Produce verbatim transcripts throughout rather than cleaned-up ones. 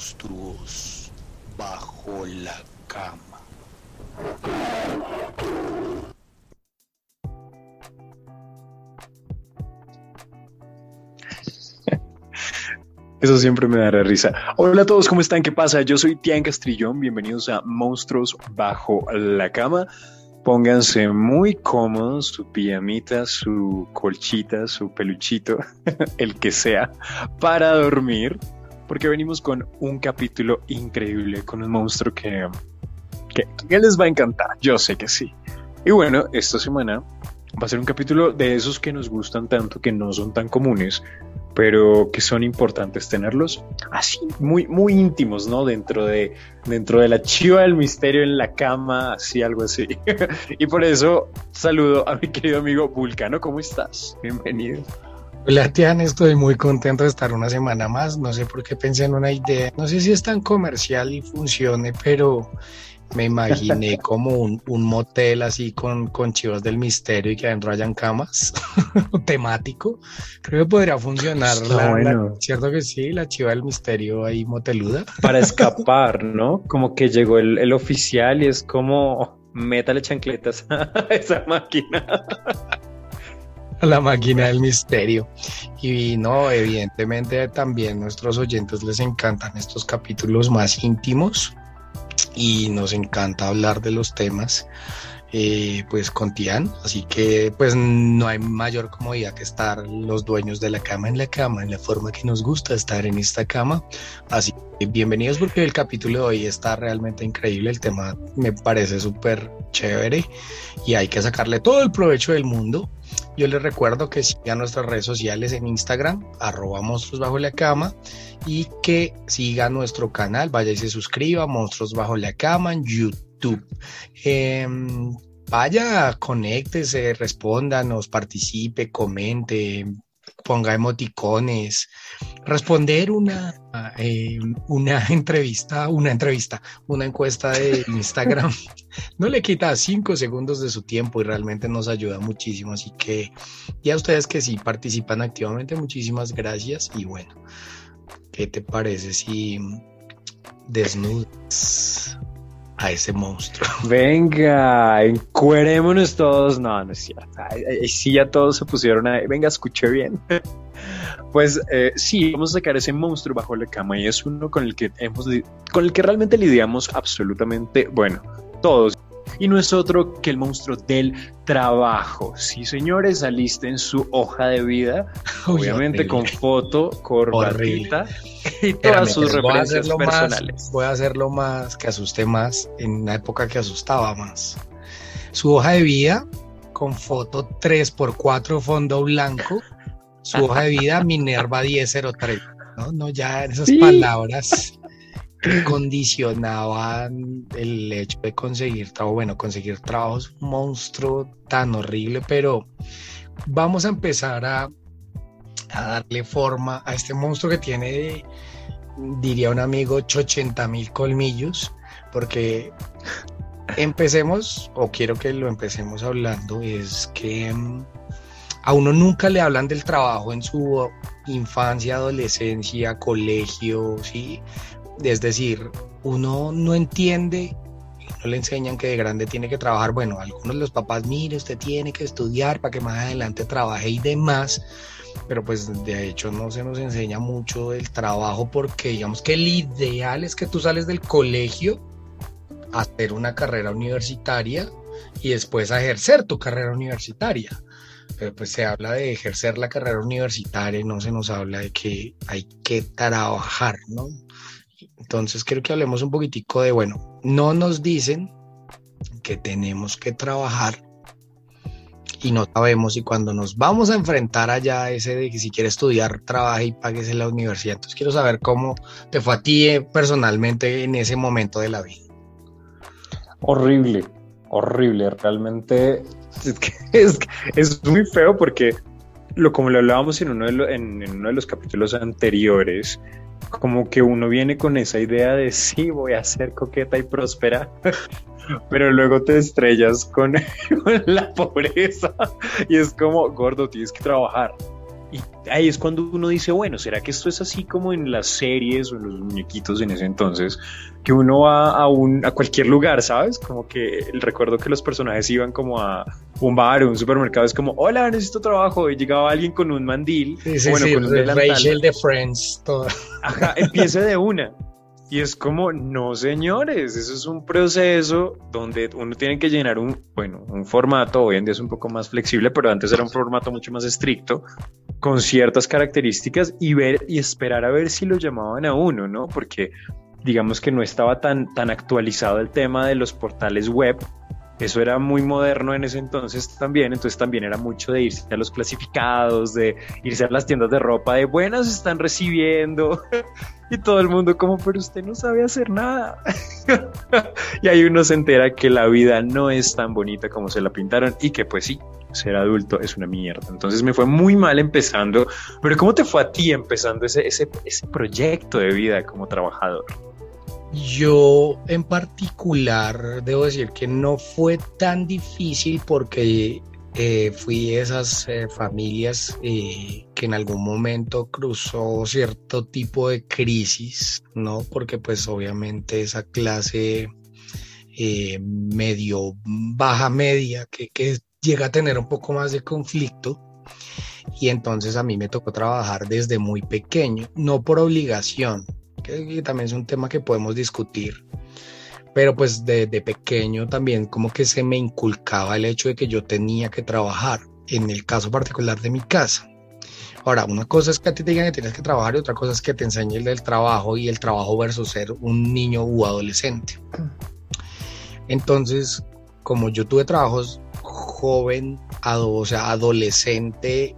monstruos bajo la cama. Eso siempre me dará risa. Hola a todos, ¿cómo están? ¿Qué pasa? Yo soy Tian Castrillón, bienvenidos a Monstruos Bajo la Cama. Pónganse muy cómodos, su pijamita, su colchita, su peluchito, el que sea, para dormir, porque venimos con un capítulo increíble, con un monstruo que, que, que les va a encantar, yo sé que sí. Y bueno, esta semana va a ser un capítulo de esos que nos gustan tanto, que no son tan comunes, pero que son importantes tenerlos así, muy, muy íntimos, ¿no? Dentro de, dentro de la chiva del misterio en la cama, así, algo así. Y por eso saludo a mi querido amigo Vulcano. ¿Cómo estás? Bienvenido. Hola, Tian, estoy muy contento de estar una semana más. No sé por qué pensé en una idea. No sé si es tan comercial y funcione, pero me imaginé como un, un motel así con, con chivas del misterio y que adentro hayan camas, temático. Creo que podría funcionar. La, Bueno. la, ¿cierto que sí? La chiva del misterio ahí moteluda. Para escapar, ¿no? Como que llegó el, el oficial y es como, métale chancletas a esa máquina. A la máquina del misterio. Y no, evidentemente también a nuestros oyentes les encantan estos capítulos más íntimos y nos encanta hablar de los temas eh, pues con Tian, así que pues no hay mayor comodidad que estar los dueños de la cama en la cama, en la forma que nos gusta estar en esta cama. Así que bienvenidos, porque el capítulo de hoy está realmente increíble, el tema me parece súper chévere y hay que sacarle todo el provecho del mundo. Yo les recuerdo que sigan nuestras redes sociales en Instagram, arroba monstruos bajo la cama, y que sigan nuestro canal, vaya y se suscriba, Monstruos Bajo la Cama, en YouTube. Eh, vaya, conéctese, respóndanos, participe, comente, ponga emoticones, responder una, eh, una entrevista, una entrevista, una encuesta de Instagram. No le quita cinco segundos de su tiempo y realmente nos ayuda muchísimo. Así que, y a ustedes que sí participan activamente, muchísimas gracias. Y bueno, ¿qué te parece si desnudas a ese monstruo? Venga, encuerémonos todos. No, no es cierto. Ay, ay, sí, ya todos se pusieron a... Venga, escuché bien. Pues eh, sí, vamos a sacar ese monstruo bajo la cama y es uno con el que hemos, con el que realmente lidiamos absolutamente, bueno, todos. Y no es otro que el monstruo del trabajo. Sí, señores, alisten su hoja de vida, Uy, obviamente horrible. Con foto, corbatita y todas Espérame, sus voy a referencias hacerlo personales. Más, voy a hacerlo más, que asuste más, en una época que asustaba más. Su hoja de vida con foto tres por cuatro fondo blanco. Su hoja de vida Minerva diez cero tres. No, no, ya esas Sí. palabras que condicionaban el hecho de conseguir trabajo. Bueno, conseguir trabajo es un monstruo tan horrible, pero vamos a empezar a, a darle forma a este monstruo que tiene, diría un amigo, ochenta mil colmillos, porque empecemos, o quiero que lo empecemos hablando, es que mm, a uno nunca le hablan del trabajo en su infancia, adolescencia, colegio, ¿sí? Es decir, uno no entiende, no le enseñan que de grande tiene que trabajar. Bueno, algunos de los papás, mire, usted tiene que estudiar para que más adelante trabaje y demás, pero pues de hecho no se nos enseña mucho el trabajo, porque digamos que el ideal es que tú sales del colegio a hacer una carrera universitaria y después a ejercer tu carrera universitaria. Pero pues se habla de ejercer la carrera universitaria y no se nos habla de que hay que trabajar, ¿no? Entonces quiero que hablemos un poquitico de, bueno, no nos dicen que tenemos que trabajar y no sabemos, y cuando nos vamos a enfrentar allá ese de que si quiere estudiar, trabaje y pagues en la universidad. Entonces quiero saber cómo te fue a ti eh, personalmente en ese momento de la vida. Horrible, horrible, realmente es, que es, es muy feo porque, lo, como lo hablábamos en uno, de lo, en, en uno de los capítulos anteriores, como que uno viene con esa idea de sí, voy a ser coqueta y próspera, pero luego te estrellas con, con la pobreza y es como, gordo, tienes que trabajar. y ahí es cuando uno dice, bueno, ¿será que esto es así como en las series o en los muñequitos en ese entonces? Que uno va a, un, a cualquier lugar, ¿sabes? Como que el recuerdo que los personajes iban como a un bar o un supermercado, es como, hola, necesito trabajo, y llegaba alguien con un mandil, Sí, sí, bueno, sí, con un delantal. Rachel de Friends, todo. Ajá, empiece de una. Y es como, no señores, eso es un proceso donde uno tiene que llenar un, bueno, un formato, hoy en día es un poco más flexible, pero antes era un formato mucho más estricto, con ciertas características y ver y esperar a ver si lo llamaban a uno, ¿no? Porque digamos que no estaba tan, tan actualizado el tema de los portales web. Eso era muy moderno en ese entonces también, entonces también era mucho de irse a los clasificados, de irse a las tiendas de ropa, de buenas están recibiendo, y todo el mundo como, pero usted no sabe hacer nada. Y ahí uno se entera que la vida no es tan bonita como se la pintaron, y que pues sí, ser adulto es una mierda. Entonces me fue muy mal empezando, pero ¿cómo te fue a ti empezando ese, ese, ese proyecto de vida como trabajador? Yo en particular debo decir que no fue tan difícil porque eh, fui de esas eh, familias eh, que en algún momento cruzó cierto tipo de crisis, ¿no? Porque pues obviamente esa clase eh, medio baja media que, que llega a tener un poco más de conflicto, y entonces a mí me tocó trabajar desde muy pequeño, no por obligación, que también es un tema que podemos discutir, pero pues de, de pequeño también como que se me inculcaba el hecho de que yo tenía que trabajar, en el caso particular de mi casa. Ahora, una cosa es que a ti te digan que tienes que trabajar y otra cosa es que te enseñe el del trabajo y el trabajo versus ser un niño u adolescente. Entonces, como yo tuve trabajos joven, ado, o sea, adolescente,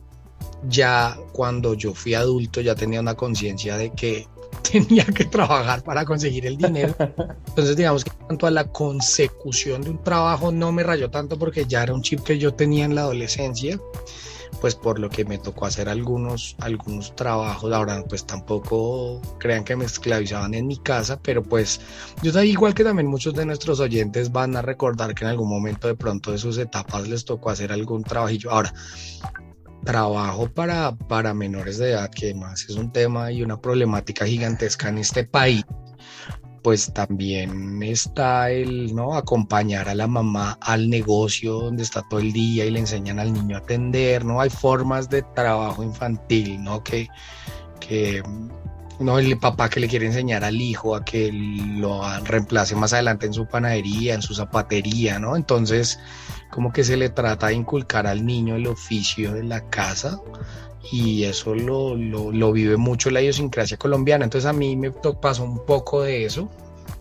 ya cuando yo fui adulto ya tenía una conciencia de que tenía que trabajar para conseguir el dinero. Entonces digamos que en cuanto a la consecución de un trabajo no me rayó tanto porque ya era un chip que yo tenía en la adolescencia, pues por lo que me tocó hacer algunos, algunos trabajos. Ahora pues tampoco crean que me esclavizaban en mi casa, pero pues yo sé, igual que también muchos de nuestros oyentes van a recordar que en algún momento de pronto de sus etapas les tocó hacer algún trabajillo. Ahora, trabajo para, para menores de edad, que además es un tema y una problemática gigantesca en este país, pues también está el, ¿no?, acompañar a la mamá al negocio donde está todo el día y le enseñan al niño a atender, ¿no? Hay formas de trabajo infantil, ¿no? Que, que no, el papá que le quiere enseñar al hijo a que lo reemplace más adelante en su panadería, en su zapatería, ¿no? Entonces, como que se le trata de inculcar al niño el oficio de la casa, y eso lo, lo, lo vive mucho la idiosincrasia colombiana. Entonces a mí me pasó un poco de eso,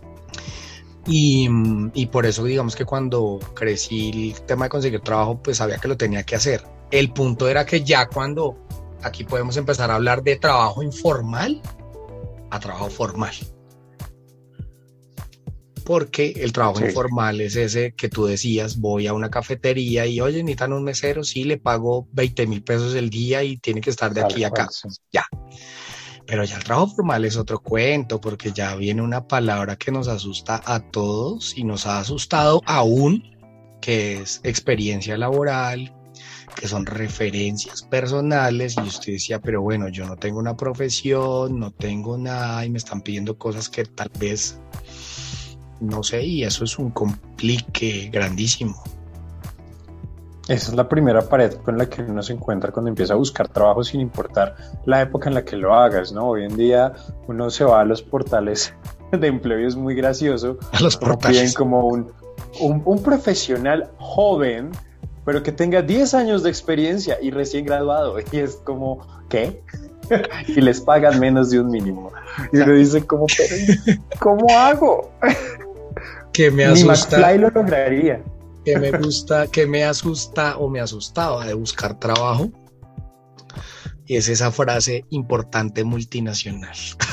y, y por eso digamos que cuando crecí el tema de conseguir trabajo pues sabía que lo tenía que hacer. El punto era que ya cuando aquí podemos empezar a hablar de trabajo informal a trabajo formal, porque el trabajo sí. informal es ese que tú decías, voy a una cafetería y oye, necesitan un mesero, sí, le pago veinte mil pesos el día y tiene que estar de aquí a acá, ya. Pero ya el trabajo formal es otro cuento, porque ya viene una palabra que nos asusta a todos y nos ha asustado aún, que es experiencia laboral, que son referencias personales, y usted decía, pero bueno, yo no tengo una profesión, no tengo nada y me están pidiendo cosas que tal vez no sé, y eso es un complique grandísimo. Esa es la primera pared con la que uno se encuentra cuando empieza a buscar trabajo, sin importar la época en la que lo hagas, ¿no? Hoy en día uno se va a los portales de empleo y es muy gracioso. A los como portales. piden como un, un, un profesional joven, pero que tenga diez años de experiencia y recién graduado. Y es como, ¿qué? Y les pagan menos de un mínimo. Y uno dice, como, pero ¿cómo hago? Que me Ni asusta. McFly lo lograría. Que me gusta, que me asusta o me asustaba de buscar trabajo. Y es esa frase, importante multinacional.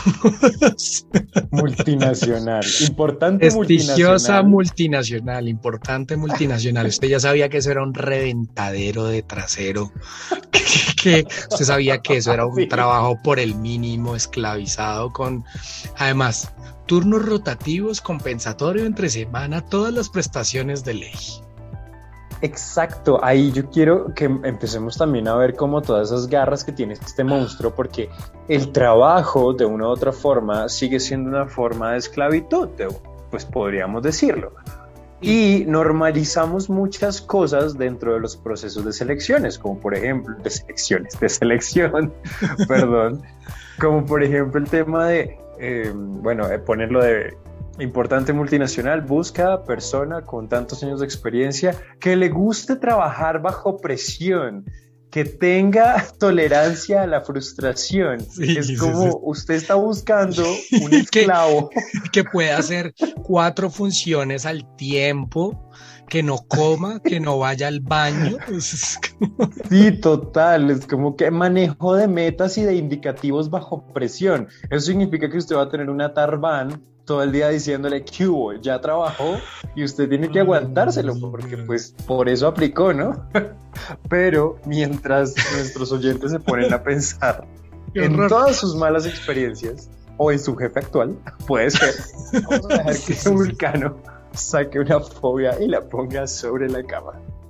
Multinacional, importante prestigiosa multinacional. multinacional, importante multinacional. Usted ya sabía que eso era un reventadero de trasero, que, que usted sabía que eso era un Sí. trabajo por el mínimo, esclavizado, con además turnos rotativos, compensatorio entre semana, todas las prestaciones de ley. Exacto, ahí yo quiero que empecemos también a ver como todas esas garras que tiene este monstruo, porque el trabajo de una u otra forma sigue siendo una forma de esclavitud, de- pues podríamos decirlo. Y normalizamos muchas cosas dentro de los procesos de selecciones, como por ejemplo, de selecciones, de selección, perdón, como por ejemplo el tema de, eh, bueno, eh, ponerlo de importante multinacional, busca persona con tantos años de experiencia que le guste trabajar bajo presión, que tenga tolerancia a la frustración. Sí, Es sí, como sí. usted está buscando un Que, esclavo. que pueda hacer cuatro funciones al tiempo, que no coma, que no vaya al baño. Es como- Sí, total, es como que manejo de metas y de indicativos bajo presión. Eso significa que usted va a tener una Tarban todo el día diciéndole que hubo, ya trabajó y usted tiene que aguantárselo Ay, porque Dios. pues por eso aplicó, ¿no? Pero mientras nuestros oyentes se ponen a pensar Qué en horror. todas sus malas experiencias o en su jefe actual, puede ser, vamos a dejar Sí, que sí, sí. Vulcano saque una fobia y la ponga sobre la cama.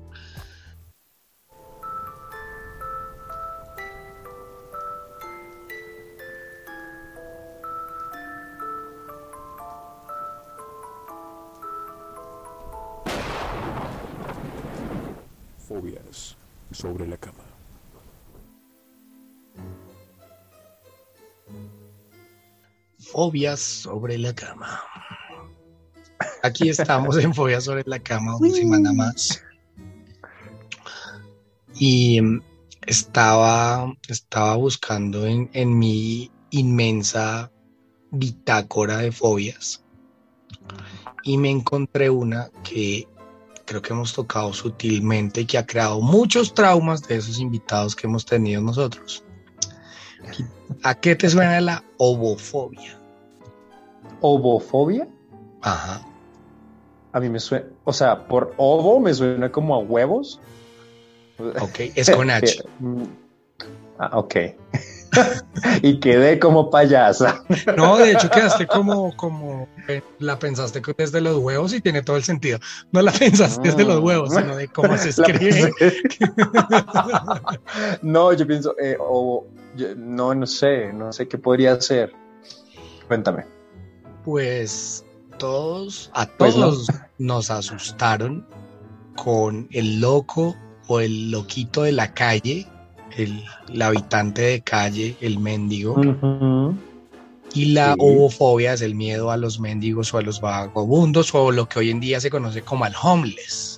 Fobias sobre la cama. Fobias sobre la cama. Aquí estamos en Fobias sobre la cama, una semana más. Y mm, estaba, estaba buscando en, en mi inmensa bitácora de fobias y me encontré una que creo que hemos tocado sutilmente y que ha creado muchos traumas de esos invitados que hemos tenido nosotros. ¿A qué te suena la ovofobia? ¿Ovofobia? Ajá. A mí me suena, o sea, por ovo me suena como a huevos. Ok, es con H. Ah, ok. Y quedé como payasa. No, de hecho quedaste como, como eh, la pensaste desde los huevos y tiene todo el sentido. No la pensaste desde los huevos, sino de cómo se La escribe. pensé. No, yo pienso, eh, ovo, yo- no, no sé, no sé qué podría ser. Cuéntame. Pues todos, a Pues no. todos nos asustaron con el loco o el loquito de la calle, el, el habitante de calle, el mendigo. Ujú. Y la Sí. ovofobia es el miedo a los mendigos o a los vagabundos o lo que hoy en día se conoce como al homeless.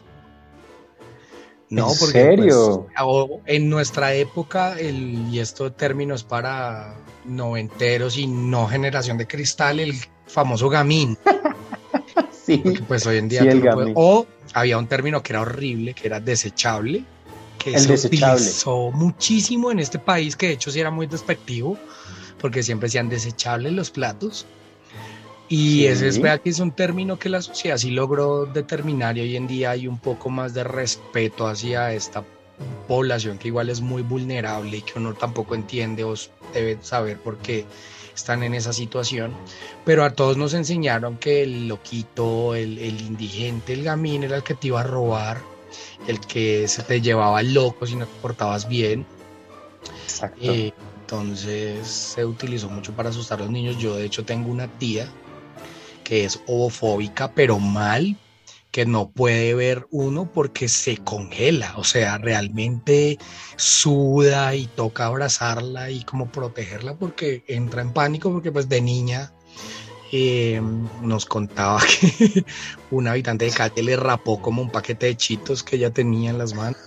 No, ¿En porque serio? pues, o- en nuestra época, el, y esto término es para noventeros y no generación de cristal, el famoso gamín. Sí. Porque pues hoy en día Sí, tú el no puedes. gamín. O había un término que era horrible, que era desechable, que El se desechable. utilizó muchísimo en este país, que de hecho sí era muy despectivo, porque siempre decían desechables los platos. Y Sí. ese es, vea que es un término que la sociedad sí logró determinar y hoy en día hay un poco más de respeto hacia esta población que igual es muy vulnerable y que uno tampoco entiende o debe saber por qué están en esa situación, pero a todos nos enseñaron que el loquito, el, el indigente, el gamín era el que te iba a robar, el que se te llevaba loco si no te portabas bien. Exacto. Eh, entonces se utilizó mucho para asustar a los niños. Yo de hecho tengo una tía que es ovofóbica, pero mal, que no puede ver uno porque se congela, o sea, realmente suda y toca abrazarla y como protegerla porque entra en pánico porque pues de niña eh, nos contaba que un habitante de calle le rapó como un paquete de chitos que ella tenía en las manos.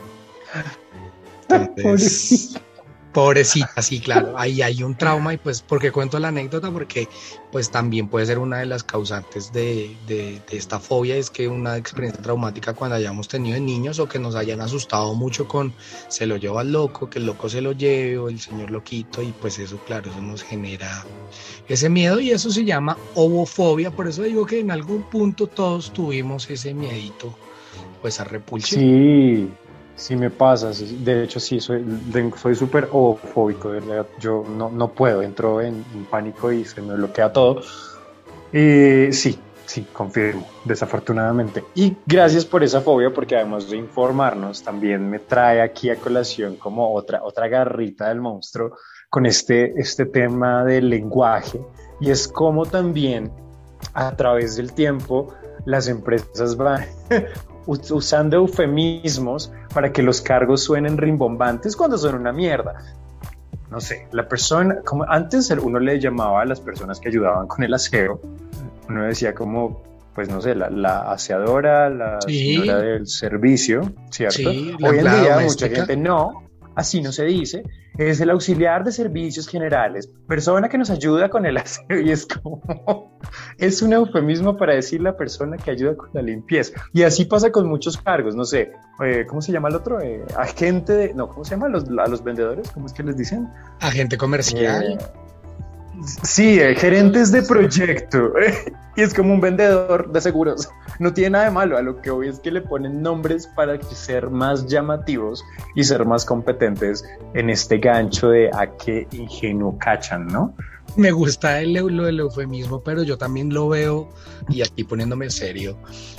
Entonces, pobrecita, sí, claro, ahí hay un trauma y pues, ¿por qué cuento la anécdota? Porque pues también puede ser una de las causantes de, de, de esta fobia, es que una experiencia traumática cuando hayamos tenido de niños o que nos hayan asustado mucho con se lo lleva al loco, que el loco se lo lleve o el señor loquito y pues eso, claro, eso nos genera ese miedo y eso se llama ovofobia, por eso digo que en algún punto todos tuvimos ese miedito o esa repulsión. Sí, sí me pasa. Sí, de hecho, sí, soy de- soy súper ovofóbico, de verdad. Yo no, no puedo, entro en, en pánico y se me bloquea todo. Y sí, Sí, confirmo, desafortunadamente. Y gracias por esa fobia, porque además de informarnos, también me trae aquí a colación como otra, otra garrita del monstruo con este, este tema del lenguaje, y es como también a través del tiempo las empresas van usando eufemismos para que los cargos suenen rimbombantes cuando son una mierda. No sé, la persona, como antes uno le llamaba a las personas que ayudaban con el aseo, uno decía como, pues no sé, la, la aseadora, la Sí. señora del servicio, ¿cierto? Sí, la Hoy en empleada día doméstica. mucha gente no, así no se dice, es el auxiliar de servicios generales, persona que nos ayuda con el aseo, y es como, es un eufemismo para decir la persona que ayuda con la limpieza. Y así pasa con muchos cargos, no sé, eh, ¿cómo se llama el otro? Eh, agente de, no, ¿cómo se llama? Los, a los vendedores, ¿cómo es que les dicen? Agente comercial. Eh, sí, eh, gerentes de proyecto. Y es como un vendedor de seguros. No tiene nada de malo. A lo que voy es que le ponen nombres para ser más llamativos y ser más competentes en este gancho de a qué ingenuo cachan, ¿no? Me gusta el, lo del eufemismo, pero yo también lo veo, y aquí poniéndome serio,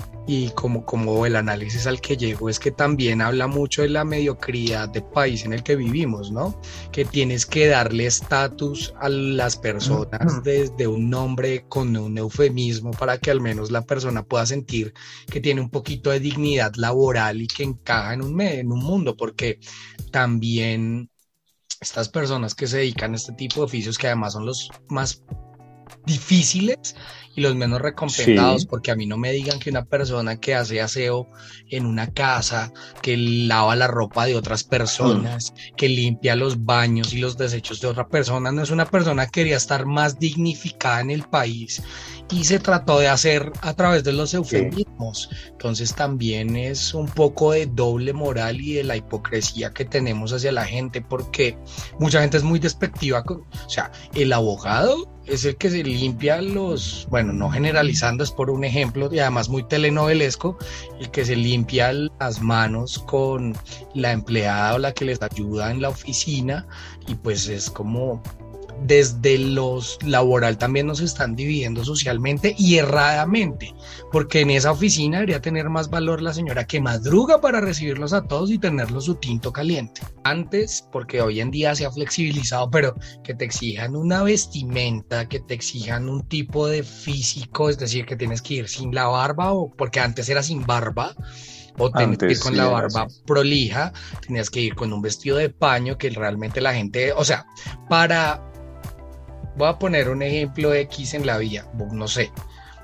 y como, como el análisis al que llego es que también habla mucho de la mediocridad del país en el que vivimos, ¿no? Que tienes que darle estatus a las personas desde un nombre con un eufemismo para que al menos la persona pueda sentir que tiene un poquito de dignidad laboral y que encaja en un, en un mundo, porque también estas personas que se dedican a este tipo de oficios, que además son los más difíciles y los menos recompensados, Sí. porque a mí no me digan que una persona que hace aseo en una casa, que lava la ropa de otras personas, mm. que limpia los baños y los desechos de otra persona, no es una persona que quería estar más dignificada en el país, y se trató de hacer a través de los eufemismos. Sí. Entonces también es un poco de doble moral y de la hipocresía que tenemos hacia la gente, porque mucha gente es muy despectiva con, o sea, el abogado es el que se limpia los, bueno, no generalizando, es por un ejemplo y además muy telenovelesco, el que se limpia las manos con la empleada o la que les ayuda en la oficina, y pues es como desde los laboral también nos están dividiendo socialmente y erradamente, porque en esa oficina debería tener más valor la señora que madruga para recibirlos a todos y tenerlos su tinto caliente. Antes, porque hoy en día se ha flexibilizado, pero que te exijan una vestimenta, que te exijan un tipo de físico, es decir, que tienes que ir sin la barba, o porque antes era sin barba, o tenías que ir con sí, la barba así. prolija, tenías que ir con un vestido de paño que realmente la gente, o sea, para... Voy a poner un ejemplo X en la vía, no sé,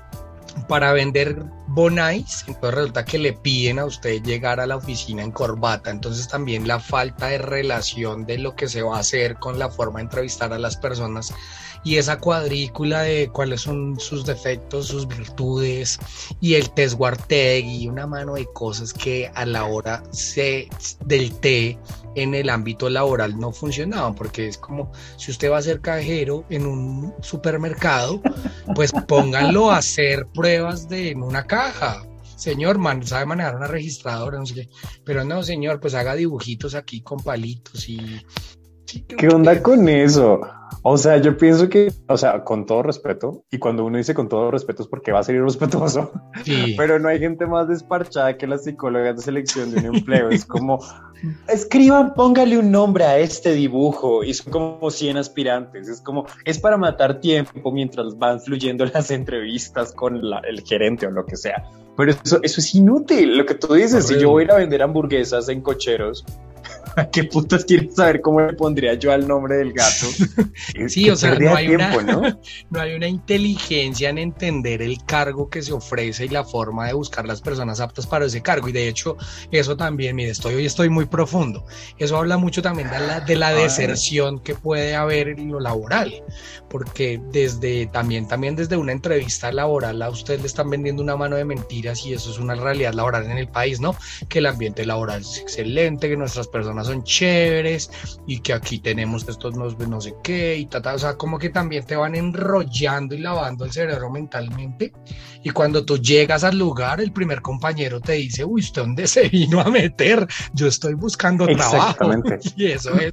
para vender Bonais, entonces resulta que le piden a usted llegar a la oficina en corbata, entonces también la falta de relación de lo que se va a hacer con la forma de entrevistar a las personas, y esa cuadrícula de cuáles son sus defectos, sus virtudes, y el test Wartegui, y una mano de cosas que a la hora se, del té en el ámbito laboral no funcionaban, porque es como si usted va a ser cajero en un supermercado, pues pónganlo a hacer pruebas de en una caja. Señor, man, sabe manejar una registradora, no sé qué, pero no, señor, pues haga dibujitos aquí con palitos y... Sí, ¿qué onda que... con eso? O sea, yo pienso que, o sea, con todo respeto, y cuando uno dice con todo respeto es porque va a ser irrespetuoso, sí. Pero no hay gente más desparchada que las psicólogas de selección de un empleo. Es como, escriban, póngale un nombre a este dibujo, y son como cien aspirantes. Es como, es para matar tiempo mientras van fluyendo las entrevistas con la, el gerente o lo que sea. Pero eso, eso es inútil, lo que tú dices. Si yo voy a ir a vender hamburguesas en cocheros, ¿a qué putas quieres saber cómo le pondría yo al nombre del gato? Sí, o sea, no hay, tiempo, una, ¿no? no hay una inteligencia en entender el cargo que se ofrece y la forma de buscar las personas aptas para ese cargo. Y de hecho, eso también, mire, estoy, hoy estoy muy profundo. Eso habla mucho también de la, de la deserción que puede haber en lo laboral. Porque desde también, también desde una entrevista laboral a usted le están vendiendo una mano de mentiras, y eso es una realidad laboral en el país, ¿no? Que el ambiente laboral es excelente, que nuestras personas son chéveres y que aquí tenemos estos no, no sé qué y tal, o sea, como que también te van enrollando y lavando el cerebro mentalmente, y cuando tú llegas al lugar el primer compañero te dice, uy, ¿usted dónde se vino a meter? Yo estoy buscando trabajo. Y eso es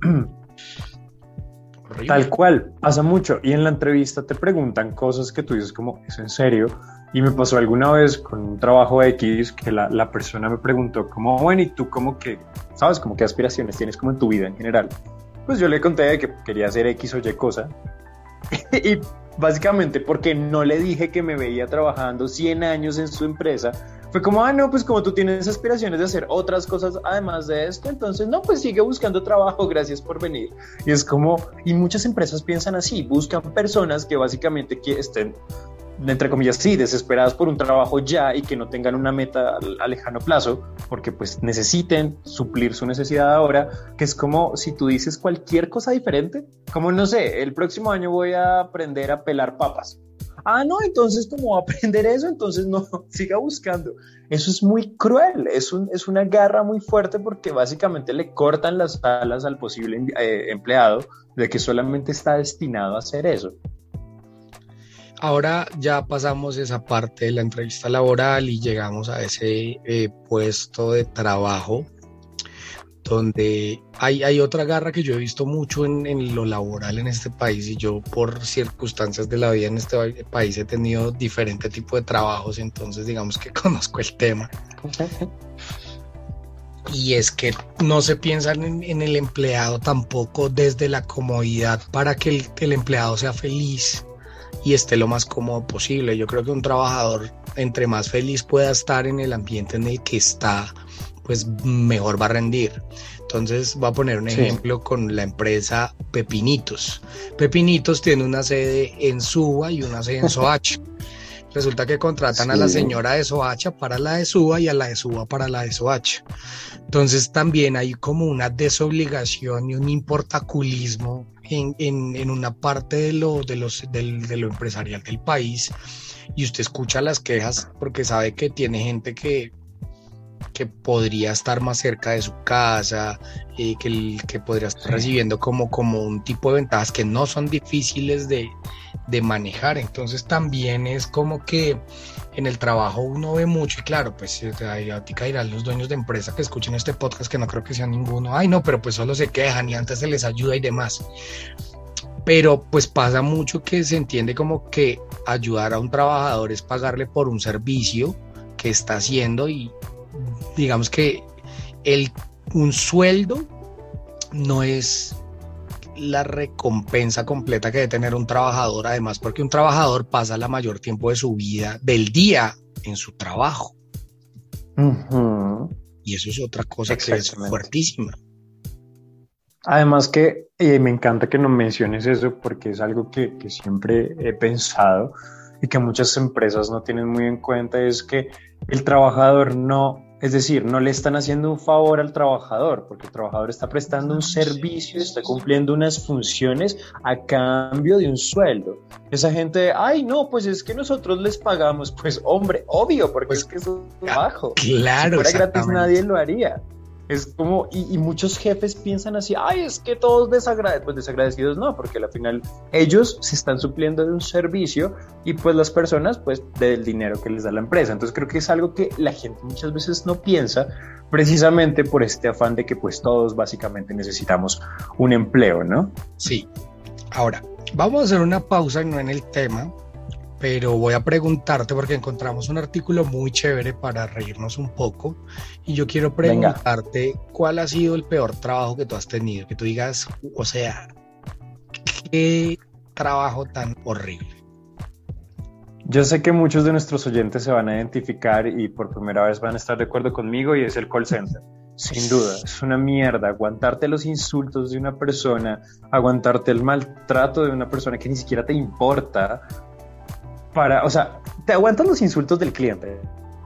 horrible. Tal cual, pasa mucho, y en la entrevista te preguntan cosas que tú dices como, ¿es en serio? Y me pasó alguna vez con un trabajo X que la, la persona me preguntó como, bueno, ¿y tú cómo que, sabes, como qué aspiraciones tienes como en tu vida en general? Pues yo le conté de que quería hacer X o Y cosa. Y básicamente porque no le dije que me veía trabajando cien años en su empresa, fue como, ah, no, pues como tú tienes aspiraciones de hacer otras cosas además de esto, entonces no, pues sigue buscando trabajo, gracias por venir. Y es como, y muchas empresas piensan así, buscan personas que básicamente que estén, entre comillas, sí, desesperadas por un trabajo ya y que no tengan una meta a lejano plazo, porque pues necesiten suplir su necesidad ahora, que es como si tú dices cualquier cosa diferente, como no sé, el próximo año voy a aprender a pelar papas. Ah, no, entonces como aprender eso, entonces no, siga buscando. Eso es muy cruel, es, un, es una garra muy fuerte porque básicamente le cortan las alas al posible eh, empleado de que solamente está destinado a hacer eso. Ahora ya pasamos esa parte de la entrevista laboral y llegamos a ese eh, puesto de trabajo donde hay, hay otra garra que yo he visto mucho en, en lo laboral en este país, y yo por circunstancias de la vida en este país he tenido diferente tipo de trabajos, entonces digamos que conozco el tema. Y es que no se piensa en, en el empleado tampoco desde la comodidad para que el, que el empleado sea feliz y esté lo más cómodo posible. Yo creo que un trabajador, entre más feliz pueda estar en el ambiente en el que está, pues mejor va a rendir. Entonces voy a poner un sí. ejemplo con la empresa Pepinitos. Pepinitos tiene una sede en Suba y una sede en Soacha. Resulta que contratan sí. a la señora de Soacha para la de Suba y a la de Suba para la de Soacha. Entonces también hay como una desobligación y un importaculismo en, en, en una parte de lo, de, los, del, de lo empresarial del país, y usted escucha las quejas porque sabe que tiene gente que, que podría estar más cerca de su casa, eh, que, que podría estar sí. recibiendo como, como un tipo de ventajas que no son difíciles de, de manejar. Entonces también es como que en el trabajo uno ve mucho, y claro, pues ahorita dirán los dueños de empresa que escuchen este podcast, que no creo que sea ninguno, ay no, pero pues solo se quejan y antes se les ayuda y demás. Pero pues pasa mucho que se entiende como que ayudar a un trabajador es pagarle por un servicio que está haciendo, y digamos que el, un sueldo no es la recompensa completa que debe tener un trabajador, además porque un trabajador pasa la mayor tiempo de su vida, del día, en su trabajo. Uh-huh. Y eso es otra cosa que es fuertísima. Además que eh, me encanta que no menciones eso, porque es algo que, que siempre he pensado y que muchas empresas no tienen muy en cuenta, es que el trabajador no, es decir, no le están haciendo un favor al trabajador, porque el trabajador está prestando un servicio, está cumpliendo unas funciones a cambio de un sueldo. Esa gente, ay no, pues es que nosotros les pagamos, pues hombre, obvio, porque pues, es que es un trabajo. Claro, si fuera gratis nadie lo haría. Es como, y, y muchos jefes piensan así, ay, es que todos desagradecidos, pues desagradecidos no, porque al final ellos se están supliendo de un servicio y pues las personas pues del dinero que les da la empresa. Entonces creo que es algo que la gente muchas veces no piensa, precisamente por este afán de que pues todos básicamente necesitamos un empleo, ¿no? Sí. Ahora, vamos a hacer una pausa, no en el tema, pero voy a preguntarte, porque encontramos un artículo muy chévere para reírnos un poco, y yo quiero preguntarte, venga, ¿cuál ha sido el peor trabajo que tú has tenido? Que tú digas, o sea, ¿qué trabajo tan horrible? Yo sé que muchos de nuestros oyentes se van a identificar y por primera vez van a estar de acuerdo conmigo, y es el call center. Sin duda, es una mierda aguantarte los insultos de una persona, aguantarte el maltrato de una persona que ni siquiera te importa. Para, o sea, te aguantas los insultos del cliente,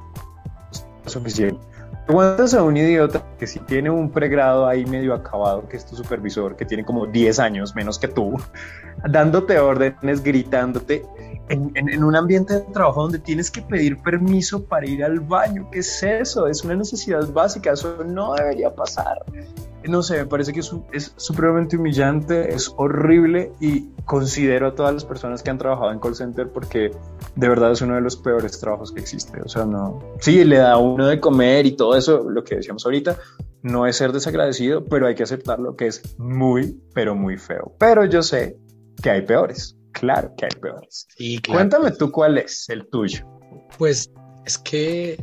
es suficiente. Te aguantas a un idiota que si tiene un pregrado ahí medio acabado, que es tu supervisor, que tiene como diez años menos que tú, dándote órdenes, gritándote, en, en, en un ambiente de trabajo donde tienes que pedir permiso para ir al baño. ¿Qué es eso? Es una necesidad básica, eso no debería pasar. No sé, me parece que es, es supremamente humillante, es horrible, y considero a todas las personas que han trabajado en call center porque de verdad es uno de los peores trabajos que existe. O sea, no, sí, le da a uno de comer y todo eso, lo que decíamos ahorita, no es ser desagradecido, pero hay que aceptarlo, que es muy, pero muy feo. Pero yo sé que hay peores, claro que hay peores. Sí, claro. Cuéntame tú cuál es el tuyo. Pues es que,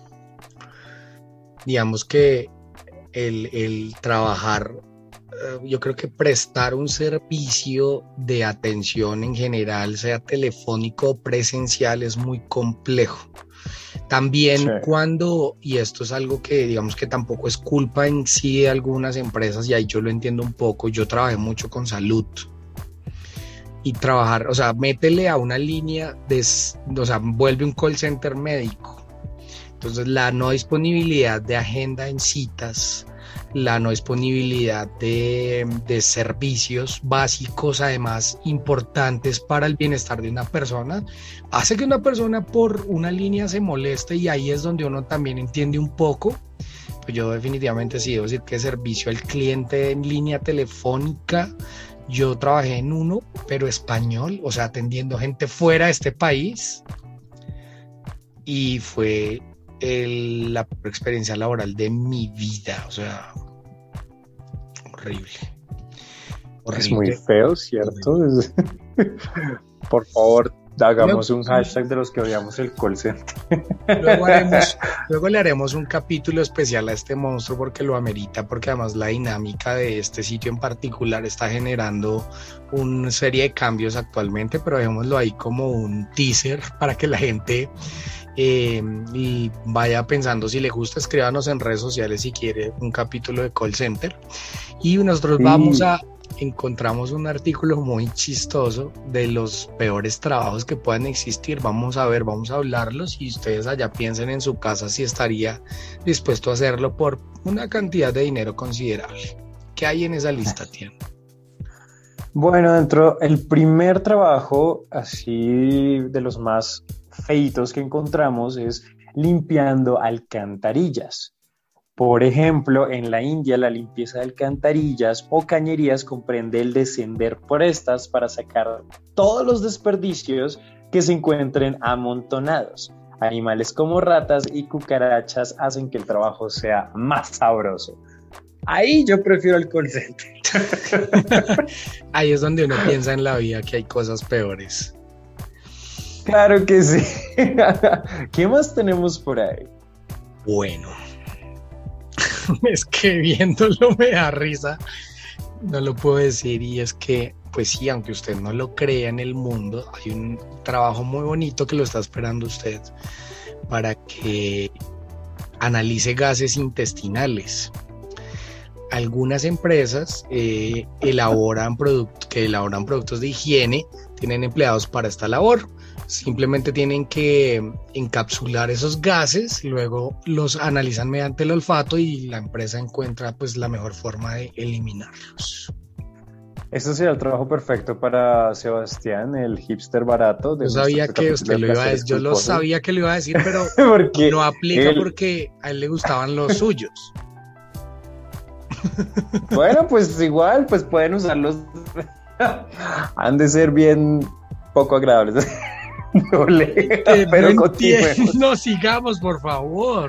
digamos que el, el trabajar, eh, yo creo que prestar un servicio de atención en general, sea telefónico o presencial, es muy complejo. También Sí. cuando, y esto es algo que digamos que tampoco es culpa en sí de algunas empresas, y ahí yo lo entiendo un poco, yo trabajé mucho con salud. Y trabajar, o sea, métele a una línea de, o sea, vuelve un call center médico. Entonces, la no disponibilidad de agenda en citas, la no disponibilidad de, de servicios básicos, además importantes para el bienestar de una persona, hace que una persona por una línea se moleste, y ahí es donde uno también entiende un poco. Pues yo definitivamente sí debo decir que servicio al cliente en línea telefónica, yo trabajé en uno, pero español, o sea, atendiendo gente fuera de este país, y fue el, la peor experiencia laboral de mi vida, o sea, horrible. Es horrible. muy feo, ¿cierto? Es- Por favor, hagamos un hashtag de los que odiamos el call center. Luego, haremos, luego le haremos un capítulo especial a este monstruo porque lo amerita, porque además la dinámica de este sitio en particular está generando una serie de cambios actualmente, pero dejémoslo ahí como un teaser para que la gente eh, y vaya pensando. Si le gusta, escríbanos en redes sociales si quiere un capítulo de call center, y nosotros Sí. vamos a encontramos un artículo muy chistoso de los peores trabajos que puedan existir. Vamos a ver, vamos a hablarlos, y ustedes allá piensen en su casa si estaría dispuesto a hacerlo por una cantidad de dinero considerable. ¿Qué hay en esa lista, Tian? Bueno, dentro el primer trabajo, así de los más feitos que encontramos, es limpiando alcantarillas. Por ejemplo, en la India la limpieza de alcantarillas o cañerías comprende el descender por estas para sacar todos los desperdicios que se encuentren amontonados. Animales como ratas y cucarachas hacen que el trabajo sea más sabroso. Ahí yo prefiero el call center. Ahí es donde uno piensa en la vida que hay cosas peores. Claro que sí. ¿Qué más tenemos por ahí? Bueno, es que viéndolo me da risa, no lo puedo decir, y es que, pues sí, aunque usted no lo crea, en el mundo hay un trabajo muy bonito que lo está esperando usted para que analice gases intestinales. Algunas empresas eh, elaboran product- que elaboran productos de higiene, tienen empleados para esta labor. Simplemente tienen que encapsular esos gases, luego los analizan mediante el olfato, y la empresa encuentra pues la mejor forma de eliminarlos. Este sería el trabajo perfecto para Sebastián, el hipster barato. De Yo sabía nuestro que capítulo usted de lo iba a placeres decir, yo lo culposos. sabía que lo iba a decir, pero Porque no aplica él- porque a él le gustaban los suyos. Bueno, pues igual, pues pueden usarlos. Han de ser bien poco agradables. Doble. Eh, Pero no continuemos. entiendo, sigamos, por favor.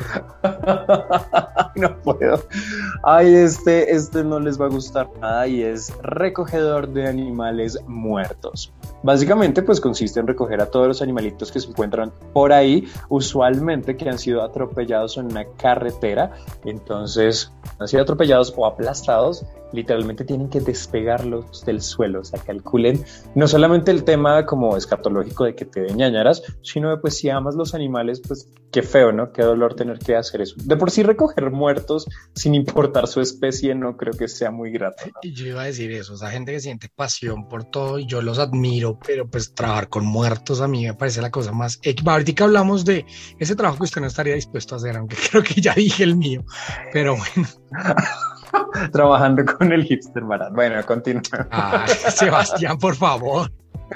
No puedo. Ay, este, este no les va a gustar nada, y es recogedor de animales muertos. Básicamente, pues consiste en recoger a todos los animalitos que se encuentran por ahí, usualmente que han sido atropellados en una carretera. Entonces, han sido atropellados o aplastados, literalmente tienen que despegarlos del suelo. O sea, calculen no solamente el tema como escatológico de que te den ñañaras, sino de, pues si amas los animales, pues qué feo, ¿no? Qué dolor tener que hacer eso. De por sí recoger muertos sin importar su especie no creo que sea muy grato, ¿no? Y yo iba a decir eso, esa gente que siente pasión por todo, y yo los admiro, pero pues trabajar con muertos a mí me parece la cosa más... Ahorita hablamos de ese trabajo que usted no estaría dispuesto a hacer, aunque creo que ya dije el mío, pero bueno. Trabajando con el hipster barato. Bueno, continúa. Ah, Sebastián, por favor.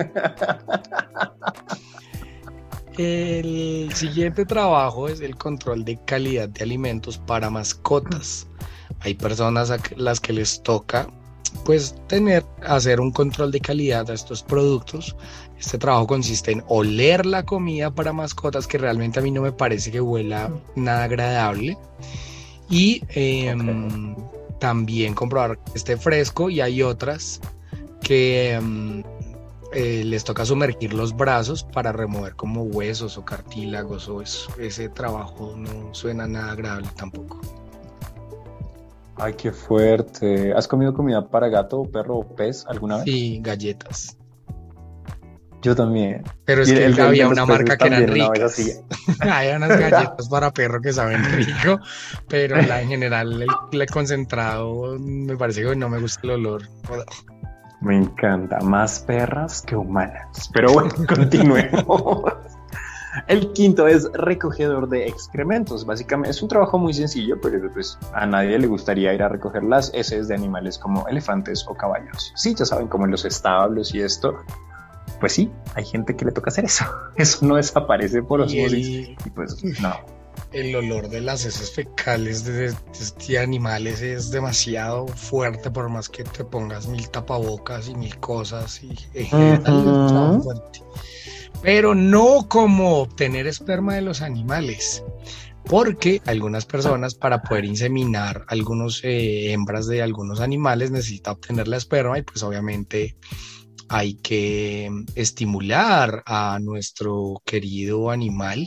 El siguiente trabajo es el control de calidad de alimentos para mascotas. Hay personas a las que les toca pues tener, hacer un control de calidad a estos productos. Este trabajo consiste en oler la comida para mascotas, que realmente a mí no me parece que huela nada agradable, y eh, okay. también comprobar que esté fresco, y hay otras que um, eh, les toca sumergir los brazos para remover como huesos o cartílagos o eso. Ese trabajo no suena nada agradable tampoco. Ay, qué fuerte. ¿Has comido comida para gato, perro o pez alguna vez? Sí, galletas. Yo también. Pero es Y que el- el- había los una peces marca que eran también, una vez ricas. así. Hay unas galletas para perro que saben rico, pero la, en general el, el concentrado me parece que no me gusta el olor. Me encanta. Más perras que humanas. Pero bueno, continuemos. El quinto es recogedor de excrementos. Básicamente es un trabajo muy sencillo, pero pues a nadie le gustaría ir a recoger las heces de animales como elefantes o caballos. Sí, ya saben, como en los establos y esto. Pues sí, hay gente que le toca hacer eso. Eso no desaparece por Y osmosis. el, Y pues no. el olor de las heces fecales de, de este animales es demasiado fuerte, por más que te pongas mil tapabocas y mil cosas. Y en general es un trabajo fuerte. Pero no como obtener esperma de los animales, porque algunas personas para poder inseminar algunos eh, hembras de algunos animales necesita obtener la esperma y pues obviamente hay que estimular a nuestro querido animal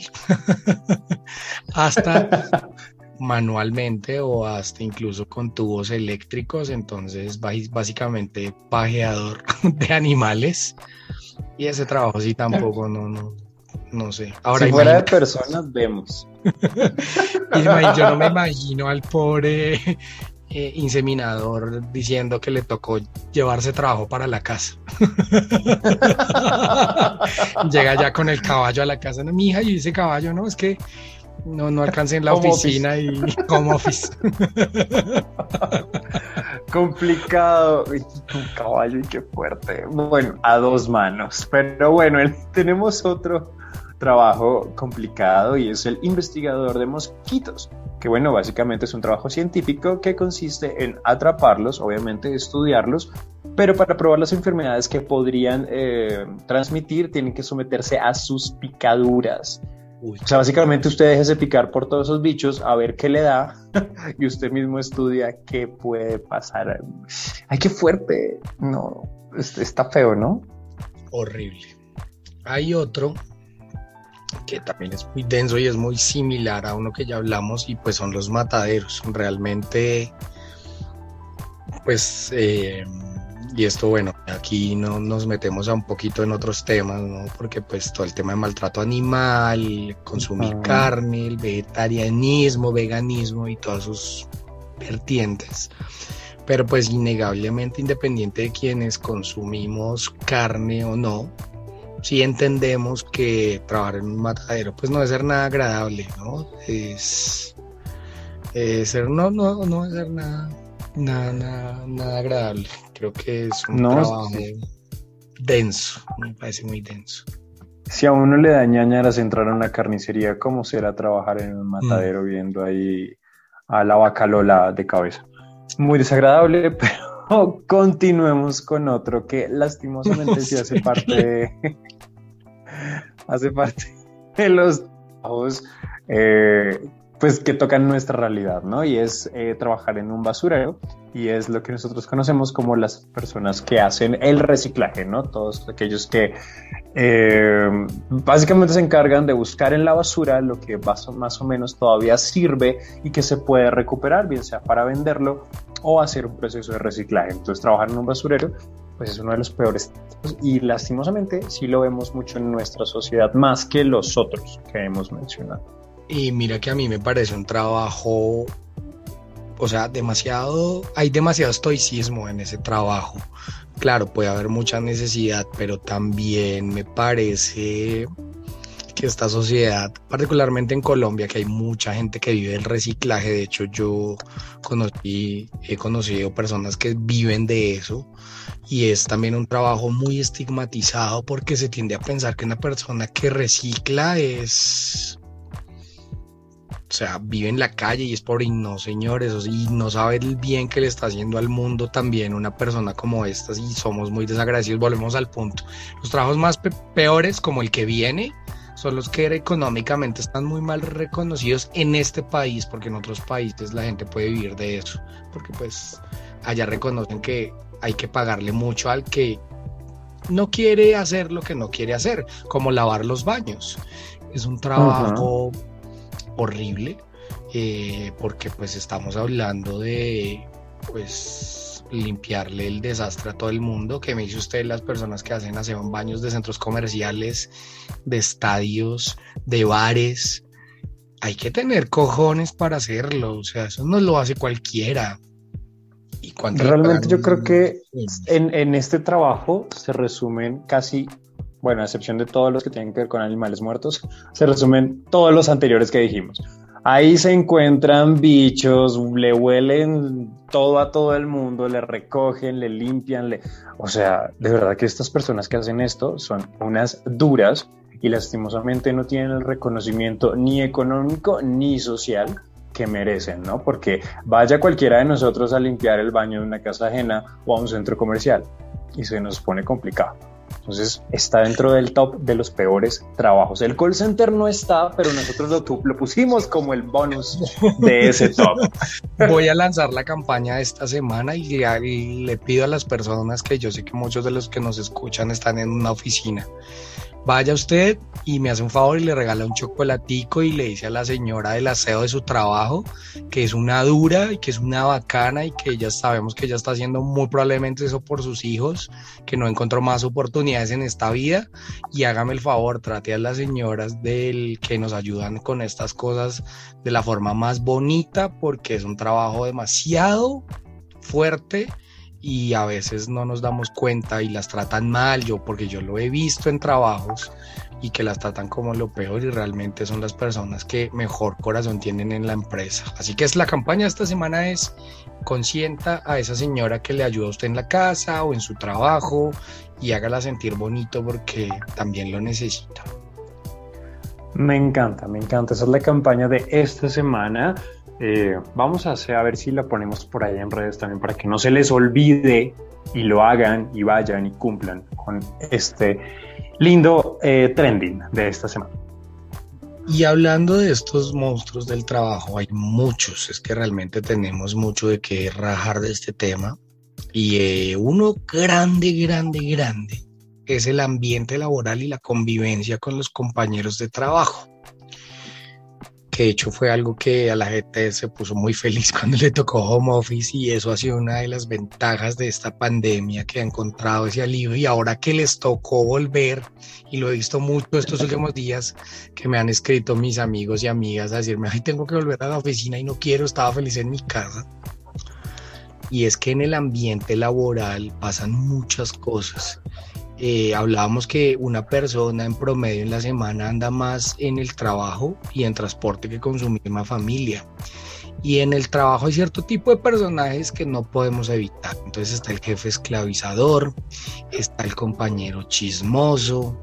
hasta manualmente o hasta incluso con tubos eléctricos, entonces bás- básicamente pajeador de animales. Y ese trabajo sí tampoco, no, no, no sé. Ahora Si fuera de imagina- personas, vemos. imagina- yo no me imagino al pobre eh, inseminador diciendo que le tocó llevarse trabajo para la casa. Llega ya con el caballo a la casa. No, mi hija, y ese caballo, no, es que no, no alcancé en la Home oficina y home office. Complicado. Uy, un caballo y qué fuerte. Bueno, a dos manos. Pero bueno, el- tenemos otro trabajo complicado y es el investigador de mosquitos. Que bueno, básicamente es un trabajo científico que consiste en atraparlos, obviamente estudiarlos, pero para probar las enfermedades que podrían eh, transmitir tienen que someterse a sus picaduras. Uy, O sea, básicamente usted déjese picar por todos esos bichos a ver qué le da y usted mismo estudia qué puede pasar. Ay, qué fuerte. No, es- está feo, ¿no? horrible. Hay otro que también es muy denso y es muy similar a uno que ya hablamos y pues son los mataderos. Realmente, pues, eh, y esto bueno, aquí no nos metemos a un poquito en otros temas, ¿no? Porque pues todo el tema de maltrato animal, consumir Ujú. carne, el vegetarianismo, veganismo y todas sus vertientes. Pero pues innegablemente, independiente de quienes consumimos carne o no, sí entendemos que trabajar en un matadero pues no debe ser nada agradable, ¿no? Es, es ser, no, no, no debe ser nada, nada, nada, nada agradable. Creo que es un No, trabajo sí. denso, me parece muy denso. Si a uno le da ñañaras entrar a una carnicería, ¿cómo será trabajar en un matadero viendo ahí a la vaca Lola de cabeza? Muy desagradable, pero continuemos con otro que lastimosamente sí hace parte de, hace parte de los trabajos eh, pues que tocan nuestra realidad, ¿no? Y es eh, trabajar en un basurero y es lo que nosotros conocemos como las personas que hacen el reciclaje, ¿no? Todos aquellos que eh, básicamente se encargan de buscar en la basura lo que más o, más o menos todavía sirve y que se puede recuperar, bien sea para venderlo o hacer un proceso de reciclaje. Entonces trabajar en un basurero pues es uno de los peores y lastimosamente sí lo vemos mucho en nuestra sociedad, más que los otros que hemos mencionado. Y mira que a mí me parece un trabajo, o sea, demasiado, hay demasiado estoicismo en ese trabajo. Claro, puede haber mucha necesidad, pero también me parece que esta sociedad, particularmente en Colombia, que hay mucha gente que vive del reciclaje. De hecho, yo conocí, he conocido personas que viven de eso y es también un trabajo muy estigmatizado porque se tiende a pensar que una persona que recicla es... O sea, vive en la calle y es pobre y no, señores, o sea, y no sabe el bien que le está haciendo al mundo también una persona como esta, y somos muy desagradecidos. Volvemos al punto. Los trabajos más pe- peores, como el que viene, son los que económicamente están muy mal reconocidos en este país, porque en otros países la gente puede vivir de eso, porque pues allá reconocen que hay que pagarle mucho al que no quiere hacer lo que no quiere hacer, como lavar los baños. Es un trabajo uh-huh. horrible, eh, porque pues estamos hablando de pues limpiarle el desastre a todo el mundo. Que me dice usted, las personas que hacen aseo en baños de centros comerciales, de estadios, de bares? Hay que tener cojones para hacerlo, o sea, eso no lo hace cualquiera. ¿Y realmente yo creo que en, en este trabajo se resumen casi, bueno, a excepción de todos los que tienen que ver con animales muertos, se resumen todos los anteriores que dijimos. Ahí se encuentran bichos, le huelen todo a todo el mundo, le recogen, le limpian, le... o sea, de verdad que estas personas que hacen esto son unas duras y lastimosamente no tienen el reconocimiento ni económico ni social que merecen, ¿no? Porque vaya cualquiera de nosotros a limpiar el baño de una casa ajena o a un centro comercial y se nos pone complicado. Entonces está dentro del top de los peores trabajos. El call center no está, pero nosotros lo, lo pusimos como el bonus de ese top. Voy a lanzar la campaña esta semana y, y le pido a las personas, que yo sé que muchos de los que nos escuchan están en una oficina, vaya usted y me hace un favor y le regala un chocolatico y le dice a la señora del aseo de su trabajo que es una dura y que es una bacana y que ya sabemos que ella está haciendo muy probablemente eso por sus hijos, que no encontró más oportunidades en esta vida, y hágame el favor, trate a las señoras del que nos ayudan con estas cosas de la forma más bonita, porque es un trabajo demasiado fuerte y a veces no nos damos cuenta y las tratan mal, yo porque yo lo he visto en trabajos y que las tratan como lo peor y realmente son las personas que mejor corazón tienen en la empresa. Así que es la campaña esta semana es consienta a esa señora que le ayuda a usted en la casa o en su trabajo y hágala sentir bonito porque también lo necesita. Me encanta, me encanta. Esa es la campaña de esta semana. Eh, vamos a hacer a ver si la ponemos por ahí en redes también para que no se les olvide y lo hagan y vayan y cumplan con este lindo eh, trending de esta semana. Y hablando de estos monstruos del trabajo, hay muchos, es que realmente tenemos mucho de qué rajar de este tema, y eh, uno grande, grande, grande es el ambiente laboral y la convivencia con los compañeros de trabajo, que de hecho fue algo que a la gente se puso muy feliz cuando le tocó home office, y eso ha sido una de las ventajas de esta pandemia, que ha encontrado ese alivio. Y ahora que les tocó volver, y lo he visto mucho estos últimos días, que me han escrito mis amigos y amigas a decirme, ay, tengo que volver a la oficina y no quiero, estaba feliz en mi casa. Y es que en el ambiente laboral pasan muchas cosas. Eh, hablábamos que una persona en promedio en la semana anda más en el trabajo y en transporte que con su misma familia, y en el trabajo hay cierto tipo de personajes que no podemos evitar. Entonces está el jefe esclavizador, está el compañero chismoso,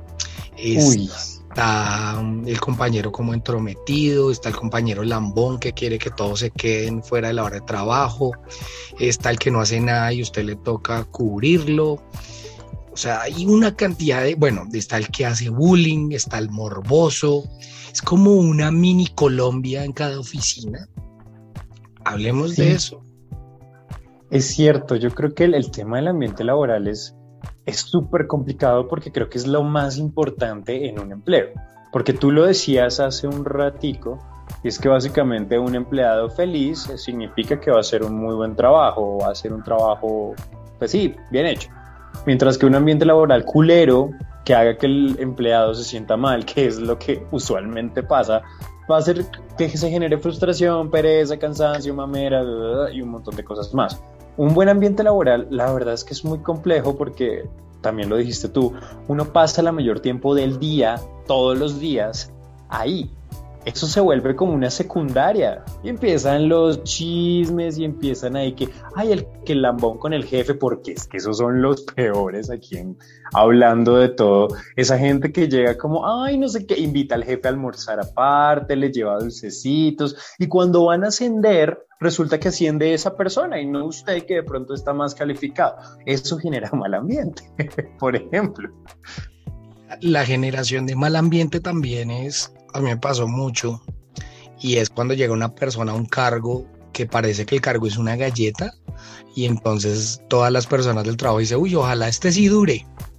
está Uy. el compañero como entrometido, está el compañero lambón que quiere que todos se queden fuera de la hora de trabajo, está el que no hace nada y usted le toca cubrirlo. O sea, hay una cantidad de... Bueno, está el que hace bullying, está el morboso. Es como una mini Colombia en cada oficina. Hablemos sí. de eso. Es cierto, yo creo que el, el tema del ambiente laboral es súper complicado, porque creo que es lo más importante en un empleo. Porque tú lo decías hace un ratico, y es que básicamente un empleado feliz significa que va a hacer un muy buen trabajo, va a hacer un trabajo, pues sí, bien hecho. Mientras que un ambiente laboral culero, que haga que el empleado se sienta mal, que es lo que usualmente pasa, va a hacer que se genere frustración, pereza, cansancio, mamera y un montón de cosas más. Un buen ambiente laboral, la verdad es que es muy complejo, porque también lo dijiste tú, uno pasa la mayor tiempo del día, todos los días, ahí. Eso se vuelve como una secundaria y empiezan los chismes y empiezan ahí que, ay, el que el lambón con el jefe, porque es que esos son los peores aquí en, hablando de todo. Esa gente que llega como, ay, no sé qué, invita al jefe a almorzar aparte, le lleva dulcecitos, y cuando van a ascender, resulta que asciende esa persona y no usted, que de pronto está más calificado. Eso genera mal ambiente, por ejemplo. La generación de mal ambiente también es... A mí me pasó mucho, y es cuando llega una persona a un cargo que parece que el cargo es una galleta, y entonces todas las personas del trabajo dicen, uy, ojalá este sí dure,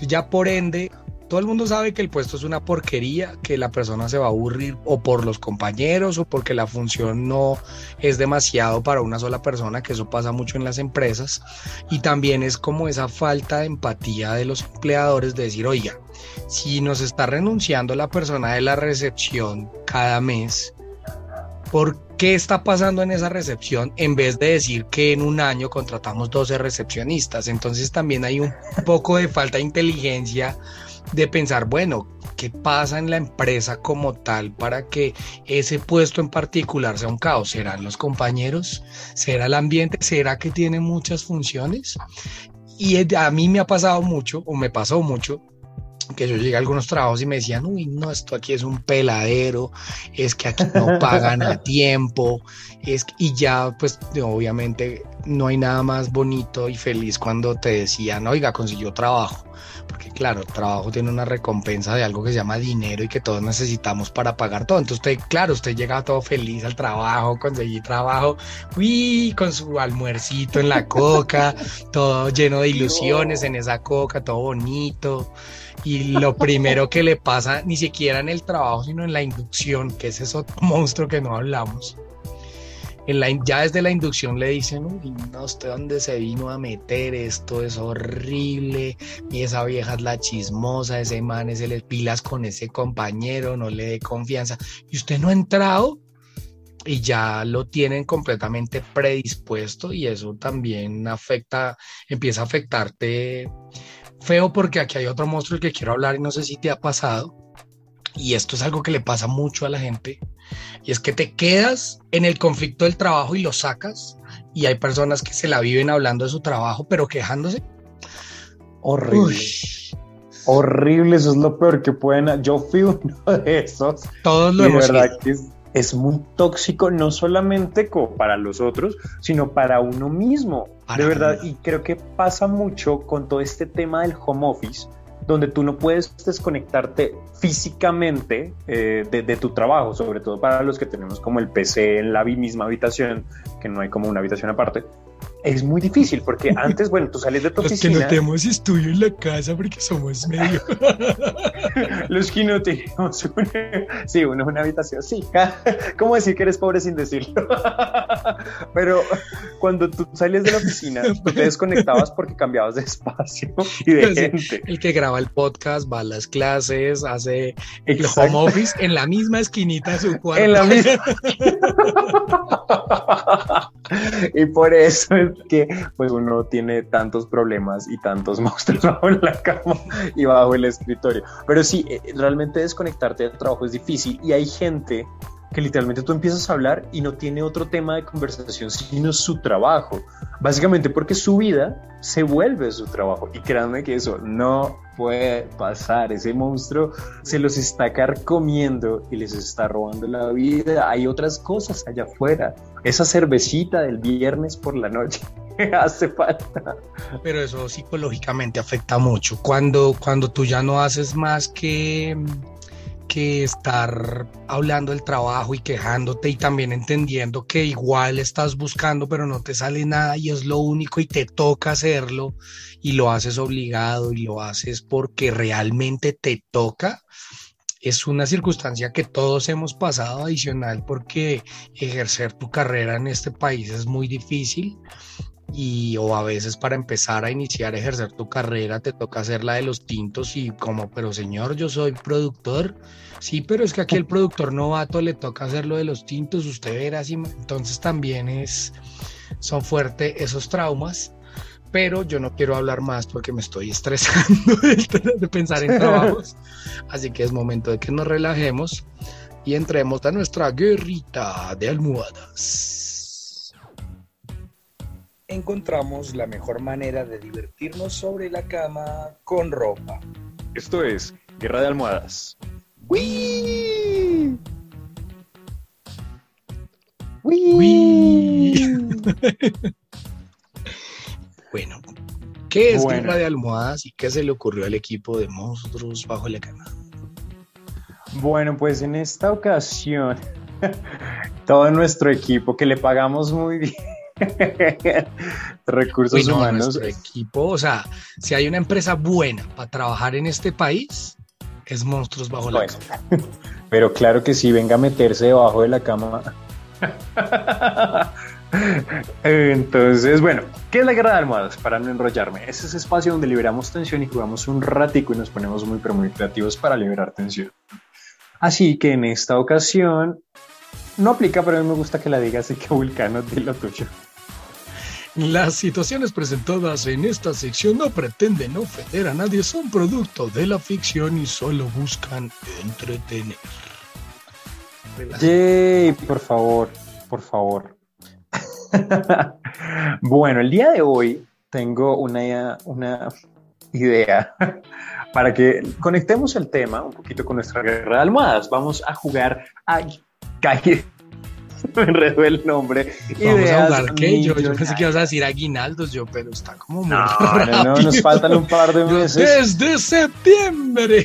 Entonces ya por ende, todo el mundo sabe que el puesto es una porquería, que la persona se va a aburrir o por los compañeros o porque la función no es demasiado para una sola persona, que eso pasa mucho en las empresas. Y también es como esa falta de empatía de los empleadores de decir, oiga, si nos está renunciando la persona de la recepción cada mes, ¿por qué está pasando en esa recepción en vez de decir que en un año contratamos doce recepcionistas? Entonces también hay un poco de falta de inteligencia de pensar, bueno, ¿qué pasa en la empresa como tal para que ese puesto en particular sea un caos? ¿Serán los compañeros? ¿Será el ambiente? ¿Será que tiene muchas funciones? Y a mí me ha pasado mucho, o me pasó mucho, que yo llegué a algunos trabajos y me decían, uy, no, esto aquí es un peladero, es que aquí no pagan a tiempo, es que... y ya, pues, obviamente no hay nada más bonito y feliz cuando te decían, oiga, consiguió trabajo, porque claro, el trabajo tiene una recompensa de algo que se llama dinero y que todos necesitamos para pagar todo. Entonces usted, claro, usted llega todo feliz al trabajo, conseguí trabajo, uy, con su almuercito en la coca, todo lleno de ilusiones en esa coca, todo bonito. Y lo primero que le pasa, ni siquiera en el trabajo, sino en la inducción, que ese es otro monstruo que no hablamos. En la, ya desde la inducción le dicen, uy, no, ¿usted dónde se vino a meter? Esto es horrible, y esa vieja es la chismosa, ese man es el pilas con ese compañero, no le dé confianza. Y usted no ha entrado y ya lo tienen completamente predispuesto, y eso también afecta, empieza a afectarte feo, porque aquí hay otro monstruo del que quiero hablar y no sé si te ha pasado, y esto es algo que le pasa mucho a la gente, y es que te quedas en el conflicto del trabajo y lo sacas, y hay personas que se la viven hablando de su trabajo pero quejándose. Horrible. Uy. Horrible, eso es lo peor que pueden. Yo fui uno de esos. Todos lo hemos sido. De verdad que es, es muy tóxico, no solamente para los otros, sino para uno mismo. Para de verdad, uno. Y creo que pasa mucho con todo este tema del home office, donde tú no puedes desconectarte físicamente eh, de, de tu trabajo, sobre todo para los que tenemos como el P C en la misma habitación, que no hay como una habitación aparte. Es muy difícil porque antes, bueno, tú sales de tu los oficina. Los que no tenemos estudio en la casa porque somos medio. Los que no tenemos una... Sí, uno es una habitación, sí. ¿Cómo decir que eres pobre sin decirlo? Pero cuando tú sales de la oficina, tú te desconectabas porque cambiabas de espacio y de sí, gente. El que graba el podcast, va a las clases, hace el home office en la misma esquinita de su cuarto. En la misma. Y por eso es que pues uno tiene tantos problemas y tantos monstruos bajo la cama y bajo el escritorio. Pero sí, realmente desconectarte del trabajo es difícil, y hay gente que literalmente tú empiezas a hablar y no tiene otro tema de conversación sino su trabajo, básicamente porque su vida se vuelve su trabajo. Y créanme que eso no puede pasar. Ese monstruo se los está carcomiendo y les está robando la vida. Hay otras cosas allá afuera. Esa cervecita del viernes por la noche hace falta. Pero eso psicológicamente afecta mucho cuando, cuando tú ya no haces más que que estar hablando del trabajo y quejándote, y también entendiendo que igual estás buscando pero no te sale nada y es lo único y te toca hacerlo, y lo haces obligado y lo haces porque realmente te toca. Es una circunstancia que todos hemos pasado adicional, porque ejercer tu carrera en este país es muy difícil. Y o a veces para empezar a iniciar a ejercer tu carrera te toca hacer la de los tintos, y como, pero señor, yo soy productor. Sí, pero es que aquí el productor novato le toca hacer lo de los tintos, usted verá así. Entonces también es, son fuertes esos traumas, pero yo no quiero hablar más porque me estoy estresando de, de pensar en trabajos. Así que es momento de que nos relajemos y entremos a nuestra guerrita de almohadas. Encontramos la mejor manera de divertirnos sobre la cama con ropa. Esto es Guerra de Almohadas. ¡Wii! ¡Wii! Bueno, ¿qué es bueno. Guerra de Almohadas y qué se le ocurrió al equipo de Monstruos Bajo la Cama? Bueno, pues en esta ocasión todo nuestro equipo, que le pagamos muy bien, Recursos Uy, no, humanos. nuestro equipo, o sea, si hay una empresa buena para trabajar en este país, es Monstruos Bajo la Bueno, Cama. pero claro que sí, venga a meterse debajo de la cama. Entonces, bueno, ¿qué es la guerra de almohadas? Para no enrollarme, es ese espacio donde liberamos tensión y jugamos un ratico y nos ponemos muy, pero muy creativos para liberar tensión. Así que en esta ocasión, no aplica, pero a mí me gusta que la diga, así que Vulcano, di lo tuyo. Las situaciones presentadas en esta sección no pretenden ofender a nadie, son producto de la ficción y solo buscan entretener. Yay, por favor, por favor. Bueno, el día de hoy tengo una, una idea para que conectemos el tema un poquito con nuestra guerra de almohadas. Vamos a jugar a calle. Me enredó el nombre. Vamos Ideas a jugar ¿qué? Yo, yo pensé millonarias. que ibas a decir aguinaldos, yo, pero está como muy No, rápido. no, no, nos faltan un par de meses. Desde septiembre.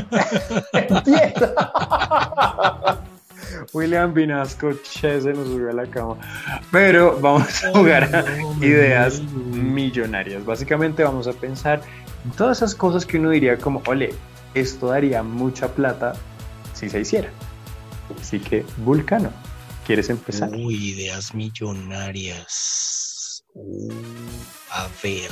Empieza. William Vinasco, che, se nos subió a la cama. Pero vamos a jugar a no, ideas man. millonarias. Básicamente vamos a pensar en todas esas cosas que uno diría como, ole, esto daría mucha plata si se hiciera. Así que, Vulcano, ¿quieres empezar? Uy, ideas millonarias. Uh, a ver.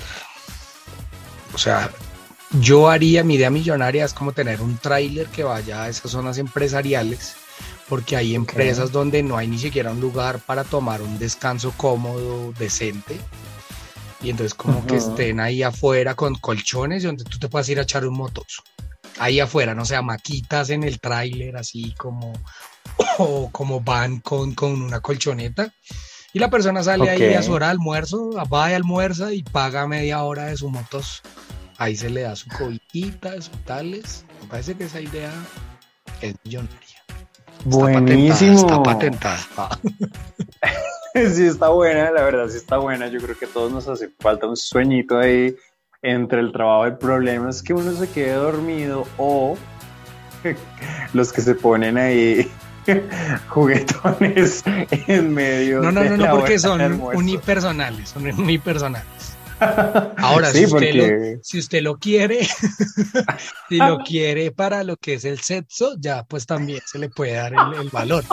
O sea, yo haría, mi idea millonaria es como tener un tráiler que vaya a esas zonas empresariales, porque hay empresas donde no hay ni siquiera un lugar para tomar un descanso cómodo, decente. Y entonces como Ujú. que estén ahí afuera con colchones y donde tú te puedas ir a echar un motozo. Ahí afuera, no sé, maquitas en el tráiler, así como, o como van con, con una colchoneta. Y la persona sale Ok. ahí a su hora de almuerzo, va y almuerza y paga media hora de su motos. Ahí se le da su cobijita, sus tales. Me parece que esa idea es millonaria. Está Buenísimo. patentada, está patentada. Ah. Sí está buena, la verdad sí está buena. Yo creo que a todos nos hace falta un sueñito ahí entre el trabajo. El problema es que uno se quede dormido o los que se ponen ahí juguetones en medio No, no, de no, la no, porque hora de son almuerzo. unipersonales, son unipersonales. Ahora, Sí, si, usted porque- lo, si usted lo quiere, si lo quiere para lo que es el sexo, ya pues también se le puede dar el, el valor.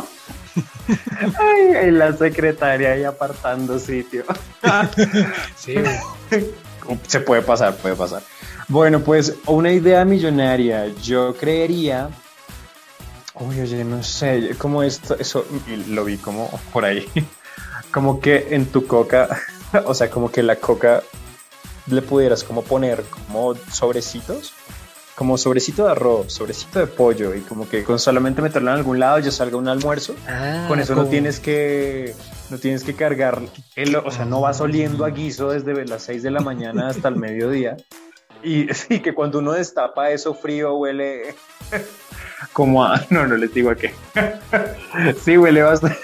Ay, la secretaria ahí apartando sitio. Sí, Se puede pasar, puede pasar. Bueno, pues una idea millonaria. Yo creería. Uy, oye, no sé, como esto, eso lo vi como por ahí. Como que en tu coca, o sea, como que la coca le pudieras como poner como sobrecitos, como sobrecito de arroz, sobrecito de pollo, y como que con solamente meterlo en algún lado ya salga un almuerzo. Ah, Con eso no como- tienes que no tienes que cargar, el, o sea, no vas oliendo a guiso desde las seis de la mañana hasta el mediodía. Y sí, que cuando uno destapa eso frío huele como a... No, no les digo a qué. Sí, huele bastante...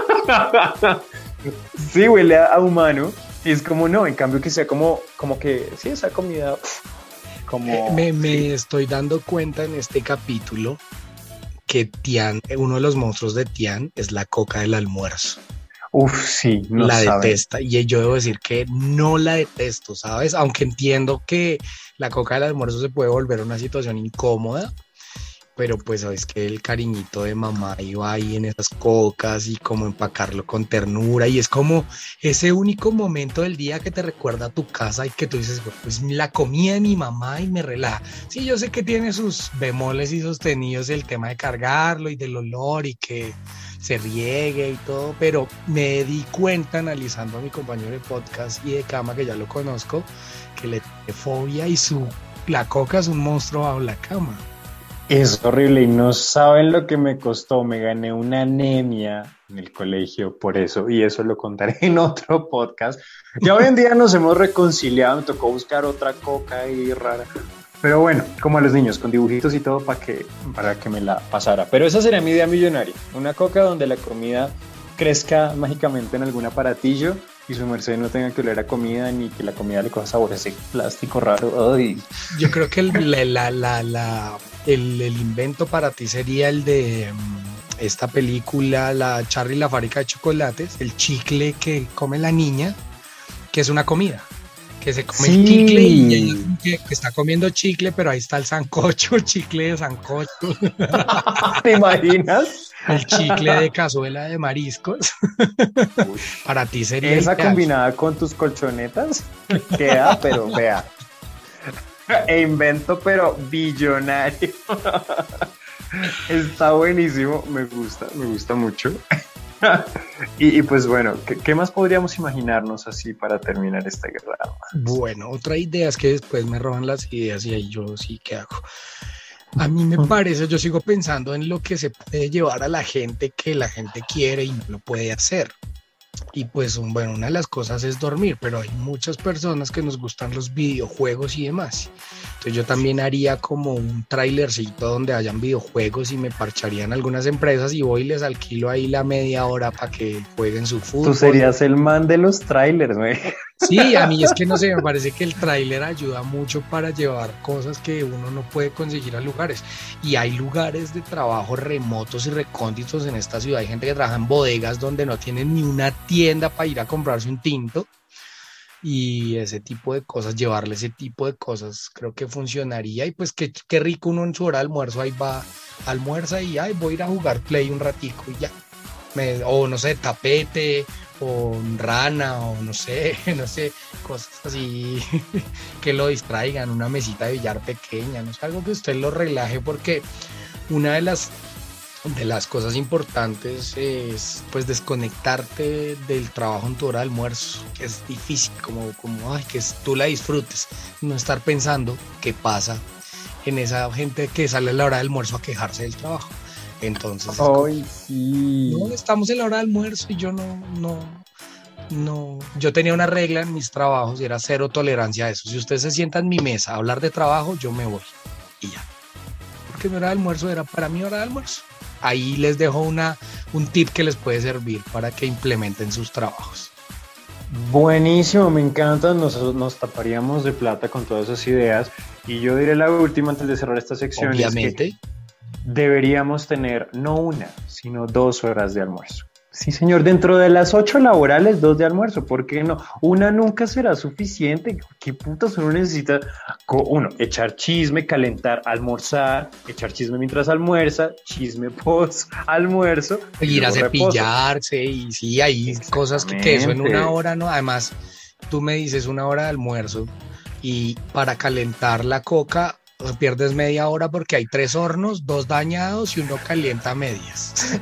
Sí, huele a, a humano. Y es como no, en cambio que sea como, como que, sí, esa comida... Como... Eh, me, me estoy dando cuenta en este capítulo que Tian, uno de los monstruos de Tian, es la coca del almuerzo. Uf, sí, no la saben. detesta y yo debo decir que no la detesto, ¿sabes? Aunque entiendo que la coca del almuerzo se puede volver una situación incómoda, pero pues sabes que el cariñito de mamá iba ahí en esas cocas y como empacarlo con ternura y es como ese único momento del día que te recuerda a tu casa y que tú dices, pues la comida de mi mamá y me relaja. Sí, yo sé que tiene sus bemoles y sostenidos el tema de cargarlo y del olor y que se riegue y todo, pero me di cuenta analizando a mi compañero de podcast y de cama, que ya lo conozco, que le tiene fobia y su, la coca es un monstruo bajo la cama. Es horrible y no saben lo que me costó. Me gané una anemia en el colegio por eso, y eso lo contaré en otro podcast. Ya hoy en día nos hemos reconciliado, me tocó buscar otra coca ahí rara. Pero bueno, como a los niños, con dibujitos y todo para que, para que me la pasara. Pero esa sería mi idea millonaria. Una coca donde la comida crezca mágicamente en algún aparatillo y su merced no tenga que oler a comida ni que la comida le coja sabor a ese plástico raro. Ay. Yo creo que el, la, la, la, la, el, el invento para ti sería el de esta película, la Charlie y la fábrica de chocolates, el chicle que come la niña, que es una comida, que se come Sí. el chicle y ella como que, que está comiendo chicle, pero ahí está el sancocho, el chicle de sancocho, ¿Te imaginas? el chicle de cazuela de mariscos. Para ti sería Esa ideal. combinada con tus colchonetas queda, pero vea. E invento, pero billonario. Está buenísimo, me gusta, me gusta mucho. y, y pues bueno, ¿qué, ¿qué más podríamos imaginarnos así para terminar esta guerra? Bueno, otra idea es que después me roban las ideas y ahí yo sí, ¿qué hago? A mí me parece, yo sigo pensando en lo que se puede llevar a la gente que la gente quiere y no lo puede hacer. Y pues, un- bueno, una de las cosas es dormir, pero hay muchas personas que nos gustan los videojuegos y demás. Entonces yo también haría como un trailercito donde hayan videojuegos y me parcharían algunas empresas y voy y les alquilo ahí la media hora para que jueguen su fútbol. Tú serías el man de los trailers, güey. Sí, a mí es que no sé, me parece que el tráiler ayuda mucho para llevar cosas que uno no puede conseguir a lugares. Y hay lugares de trabajo remotos y recónditos en esta ciudad. Hay gente que trabaja en bodegas donde no tienen ni una tienda para ir a comprarse un tinto. Y ese tipo de cosas, llevarle ese tipo de cosas, creo que funcionaría. Y pues qué, qué rico uno en su hora de almuerzo, ahí va, almuerza y ay, voy a ir a jugar Play un ratico y ya. Me- o no sé, tapete, o rana, o no sé, no sé, cosas así que lo distraigan, una mesita de billar pequeña, no sé, algo que usted lo relaje, porque una de las de las cosas importantes es pues desconectarte del trabajo en tu hora de almuerzo, que es difícil, como, como ay, que es- tú la disfrutes, no estar pensando qué pasa en esa gente que sale a la hora del almuerzo a quejarse del trabajo. Entonces es como, Ay, sí. no, estamos en la hora de almuerzo y yo no, no, no, yo tenía una regla en mis trabajos y era cero tolerancia a eso. Si usted se sienta en mi mesa a hablar de trabajo, yo me voy y ya. Porque mi hora de almuerzo era para mi hora de almuerzo. Ahí les dejo una, un tip que les puede servir para que implementen sus trabajos. Buenísimo, me encanta. Nos, nos taparíamos de plata con todas esas ideas. Y yo diré la última antes de cerrar esta sección. es que Obviamente, deberíamos tener no una, sino dos horas de almuerzo. Sí, señor, dentro de las ocho laborales, dos de almuerzo. ¿Por qué no? Una nunca será suficiente. ¿Qué putas uno necesita? Co- Uno, echar chisme, calentar, almorzar, echar chisme mientras almuerza, chisme post almuerzo. y ir a luego reposo. cepillarse y sí, hay cosas que, que eso en Exactamente. una hora no. Además, tú me dices una hora de almuerzo y para calentar la coca pues, pierdes media hora porque hay tres hornos, dos dañados y uno calienta a medias.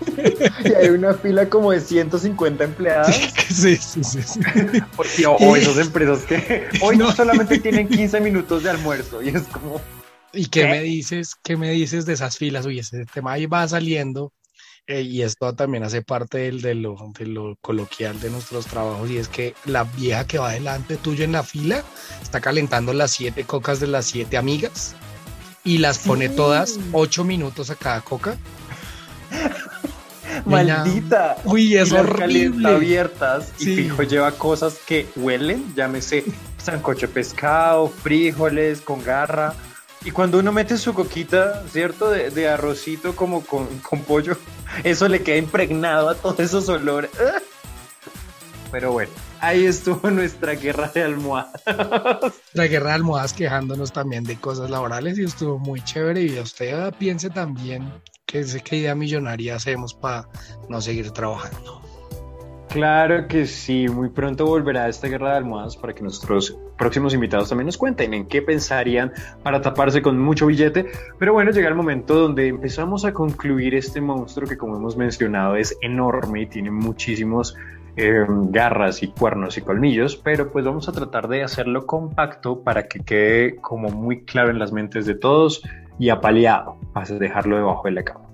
Y hay una fila como de ciento cincuenta empleados. Sí, sí, sí, sí. Y- o, o esas empresas que hoy No. solamente tienen quince minutos de almuerzo. Y es como... ¿Y qué ¿Qué? me dices? ¿Qué me dices de esas filas? Uy, ese tema ahí va saliendo. Eh, y esto también hace parte del, de, lo, de lo coloquial de nuestros trabajos, y es que la vieja que va delante tuyo en la fila está calentando las siete cocas de las siete amigas y las pone todas ocho minutos a cada coca. Maldita. Uy, es Y las horrible. calientaabiertas y Sí. fijo lleva cosas que huelen, llámese sancocho de pescado, frijoles con garra. Y cuando uno mete su coquita, ¿cierto? De, de arrocito como con, con pollo, eso le queda impregnado a todos esos olores. ¡Ah! Pero bueno, ahí estuvo nuestra guerra de almohadas. La guerra de almohadas quejándonos también de cosas laborales y estuvo muy chévere. Y usted ah, piense también que sé qué idea millonaria hacemos para no seguir trabajando. Claro que sí, muy pronto volverá esta guerra de almohadas para que nuestros próximos invitados también nos cuenten en qué pensarían para taparse con mucho billete. Pero bueno, llega el momento donde empezamos a concluir este monstruo que, como hemos mencionado, es enorme y tiene muchísimos eh, garras y cuernos y colmillos, pero pues vamos a tratar de hacerlo compacto para que quede como muy claro en las mentes de todos y apaleado, para dejarlo debajo de la cama.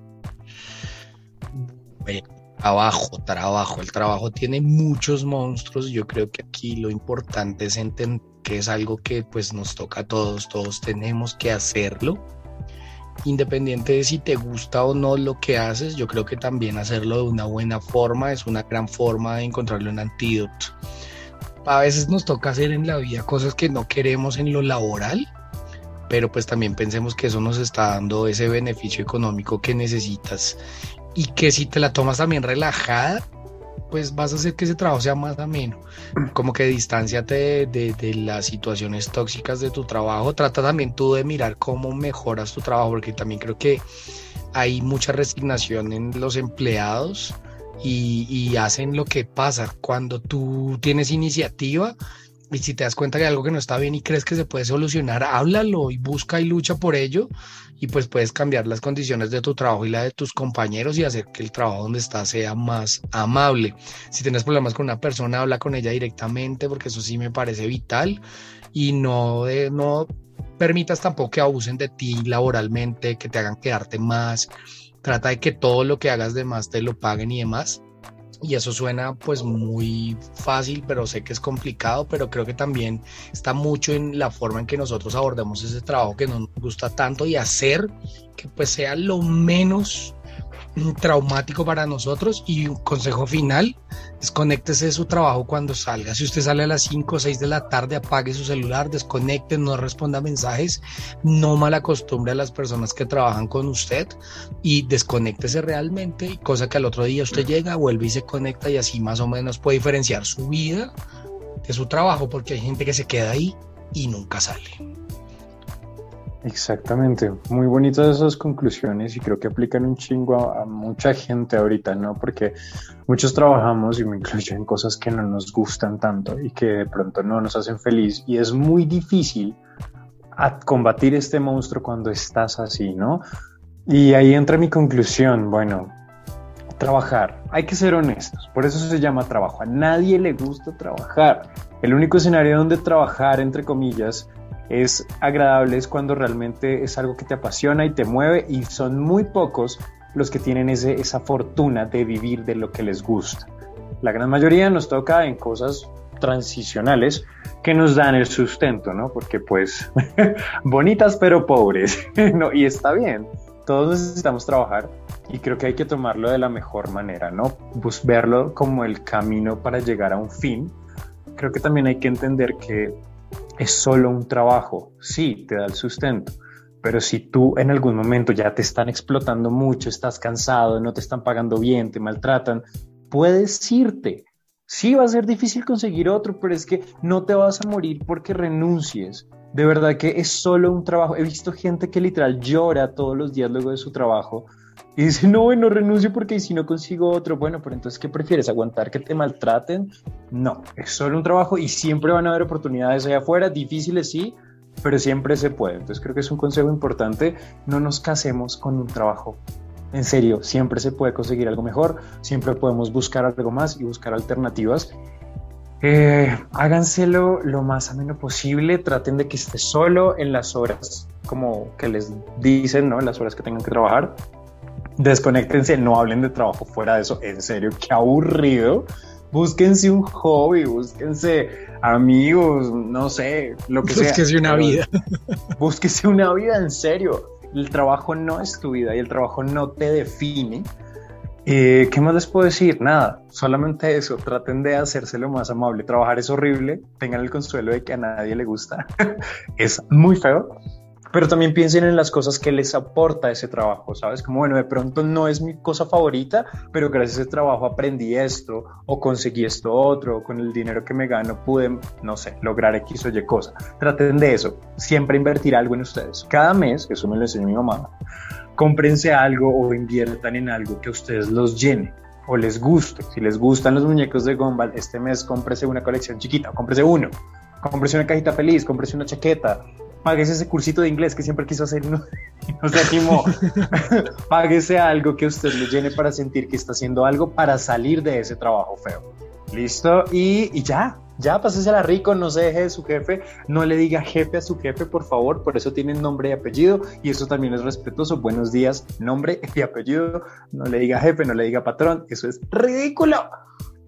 Bueno, trabajo, trabajo. El trabajo tiene muchos monstruos. Yo creo que aquí lo importante es entender que es algo que pues nos toca a todos. Todos tenemos que hacerlo. Independiente de si te gusta o no lo que haces, yo creo que también hacerlo de una buena forma es una gran forma de encontrarle un antídoto. A veces nos toca hacer en la vida cosas que no queremos en lo laboral, pero pues también pensemos que eso nos está dando ese beneficio económico que necesitas. y que si te la tomas también relajada, pues vas a hacer que ese trabajo sea más ameno. Como que distánciate de, de, de las situaciones tóxicas de tu trabajo. Trata también tú de mirar cómo mejoras tu trabajo, porque también creo que hay mucha resignación en los empleados y, y hacen lo que pasa cuando tú tienes iniciativa. Y si te das cuenta que hay algo que no está bien y crees que se puede solucionar, háblalo y busca y lucha por ello, y pues puedes cambiar las condiciones de tu trabajo y la de tus compañeros y hacer que el trabajo donde estás sea más amable. Si tienes problemas con una persona, habla con ella directamente, porque eso sí me parece vital, y no, de, no permitas tampoco que abusen de ti laboralmente, que te hagan quedarte más. Trata de que todo lo que hagas de más te lo paguen y demás. Y eso suena pues muy fácil, pero sé que es complicado, pero creo que también está mucho en la forma en que nosotros abordemos ese trabajo que no nos gusta tanto y hacer que pues sea lo menos traumático para nosotros. Y un consejo final, desconéctese de su trabajo cuando salga. Si usted sale a las cinco o seis de la tarde, apague su celular, desconecte, no responda mensajes, no malacostumbre a las personas que trabajan con usted y desconéctese realmente, cosa que al otro día usted llega, vuelve y se conecta, y así más o menos puede diferenciar su vida de su trabajo, porque hay gente que se queda ahí y nunca sale. Exactamente, muy bonitas esas conclusiones y creo que aplican un chingo a, a mucha gente ahorita, ¿no? Porque muchos trabajamos, y me incluyo, en cosas que no nos gustan tanto y que de pronto no nos hacen feliz, y es muy difícil a combatir este monstruo cuando estás así, ¿no? Y ahí entra mi conclusión. Bueno, trabajar, hay que ser honestos, por eso se llama trabajo. A nadie le gusta trabajar. El único escenario donde trabajar, entre comillas, es agradable es cuando realmente es algo que te apasiona y te mueve, y son muy pocos los que tienen ese, esa fortuna de vivir de lo que les gusta. La gran mayoría nos toca en cosas transicionales que nos dan el sustento, ¿no? Porque pues bonitas pero pobres, ¿no? Y está bien, todos necesitamos trabajar y creo que hay que tomarlo de la mejor manera, ¿no? Pues verlo como el camino para llegar a un fin. Creo que también hay que entender que es solo un trabajo, sí, te da el sustento, pero si tú en algún momento ya te están explotando mucho, estás cansado, no te están pagando bien, te maltratan, puedes irte. Sí, va a ser difícil conseguir otro, pero es que no te vas a morir porque renuncies. De verdad que es solo un trabajo. He visto gente que literal llora todos los días luego de su trabajo y dice, no, bueno, renuncio porque si no consigo otro. Bueno, pero entonces, ¿qué prefieres? ¿Aguantar que te maltraten? No, es solo un trabajo y siempre van a haber oportunidades allá afuera, difíciles sí, pero siempre se puede. Entonces creo que es un consejo importante, no nos casemos con un trabajo. En serio, siempre se puede conseguir algo mejor, siempre podemos buscar algo más y buscar alternativas. Eh, háganselo lo más ameno posible, traten de que esté solo en las horas como que les dicen, ¿no? En las horas que tengan que trabajar. Desconéctense, no hablen de trabajo fuera de eso, en serio, qué aburrido. Búsquense un hobby, búsquense amigos, no sé, lo que sea. Búsquense una vida. Búsquense una vida, en serio. El trabajo no es tu vida y el trabajo no te define. Eh, ¿Qué más les puedo decir? Nada, solamente eso, traten de hacérselo más amable. Trabajar es horrible, tengan el consuelo de que a nadie le gusta, es muy feo, pero también piensen en las cosas que les aporta ese trabajo, ¿sabes? Como, bueno, de pronto no es mi cosa favorita, pero gracias a ese trabajo aprendí esto, o conseguí esto otro, o con el dinero que me gano pude, no sé, lograr X o Y cosa. Traten de eso, siempre invertir algo en ustedes. Cada mes, eso me lo enseñó mi mamá, cómprense algo o inviertan en algo que a ustedes los llene o les guste. Si les gustan los muñecos de Gumball, este mes cómprese una colección chiquita, cómprese uno, cómprese una cajita feliz, cómprese una chaqueta, páguese ese cursito de inglés que siempre quiso hacer y no, no se animó. Páguese algo que a usted le llene para sentir que está haciendo algo para salir de ese trabajo feo. ¿Listo? Y, y ya, ya, pásesela rico, no se deje de su jefe, no le diga jefe a su jefe, por favor, por eso tienen nombre y apellido, y eso también es respetuoso. Buenos días, nombre y apellido, no le diga jefe, no le diga patrón, eso es ridículo.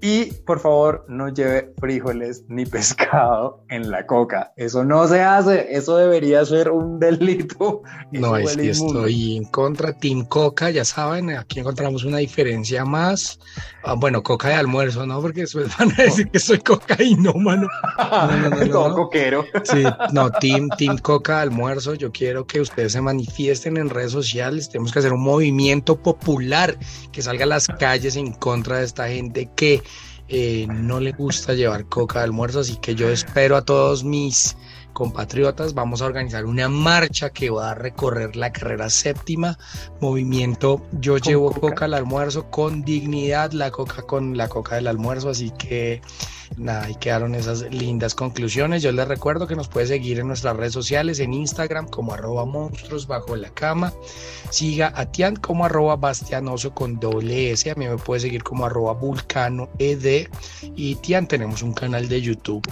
Y por favor, no lleve frijoles ni pescado en la coca. Eso no se hace. Eso debería ser un delito. No, Eso es huele que inmundo. estoy en contra. Team Coca, ya saben, aquí encontramos una diferencia más. Ah, bueno, coca de almuerzo, ¿no? Porque después van a decir que soy cocainómano. No, no, no, no, Todo no. coquero. Sí, no, team, team Coca de almuerzo. Yo quiero que ustedes se manifiesten en redes sociales. Tenemos que hacer un movimiento popular que salga a las calles en contra de esta gente que eh, no le gusta llevar coca de almuerzo. Así que yo espero a todos mis compatriotas. Vamos a organizar una marcha que va a recorrer la carrera séptima. Movimiento Yo Con llevo coca. coca al almuerzo con dignidad, la coca con la coca del almuerzo. Así que nada, ahí quedaron esas lindas conclusiones. Yo les recuerdo que nos puede seguir en nuestras redes sociales, en Instagram como arroba monstruos bajo la cama. Siga a Tian como arroba bastianoso con doble S. A mí me puede seguir como arroba vulcano ed. Y Tian, tenemos un canal de YouTube.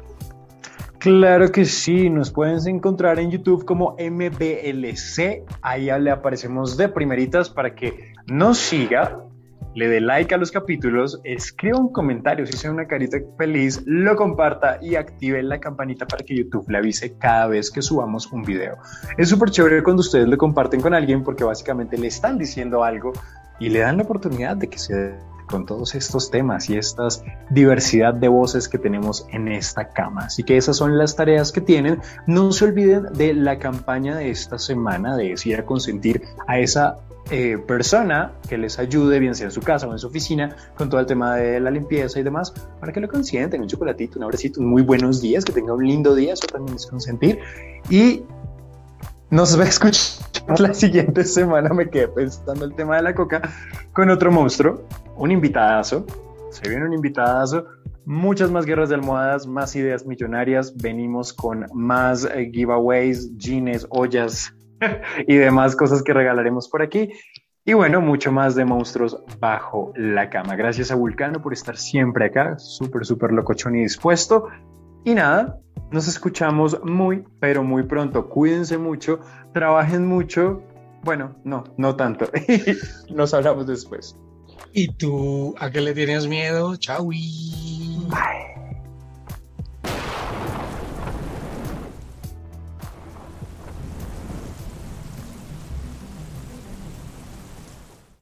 Claro que sí, nos pueden encontrar en YouTube como M B L C, ahí le aparecemos de primeritas para que nos siga, le dé like a los capítulos, escriba un comentario, si sea una carita feliz, lo comparta y active la campanita para que YouTube le avise cada vez que subamos un video. Es súper chévere cuando ustedes lo comparten con alguien porque básicamente le están diciendo algo y le dan la oportunidad de que se con todos estos temas y esta diversidad de voces que tenemos en esta cama. Así que esas son las tareas que tienen. No se olviden de la campaña de esta semana de ir a consentir a esa eh, persona que les ayude, bien sea en su casa o en su oficina, con todo el tema de la limpieza y demás, para que lo consienten, un chocolatito, un abracito, un muy buenos días, que tenga un lindo día, eso también es consentir. Y nos va a escuchar la siguiente semana, me quedé pensando el tema de la coca, con otro monstruo, un invitadazo, se viene un invitadazo, muchas más guerras de almohadas, más ideas millonarias, venimos con más eh, giveaways, jeans, ollas y demás cosas que regalaremos por aquí. Y bueno, mucho más de monstruos bajo la cama. Gracias a Vulcano por estar siempre acá, súper, súper locochón y dispuesto. Y nada, nos escuchamos muy, pero muy pronto. Cuídense mucho, trabajen mucho. Bueno, no, no tanto. Nos hablamos después. ¿Y tú a qué le tienes miedo? Chau. Bye.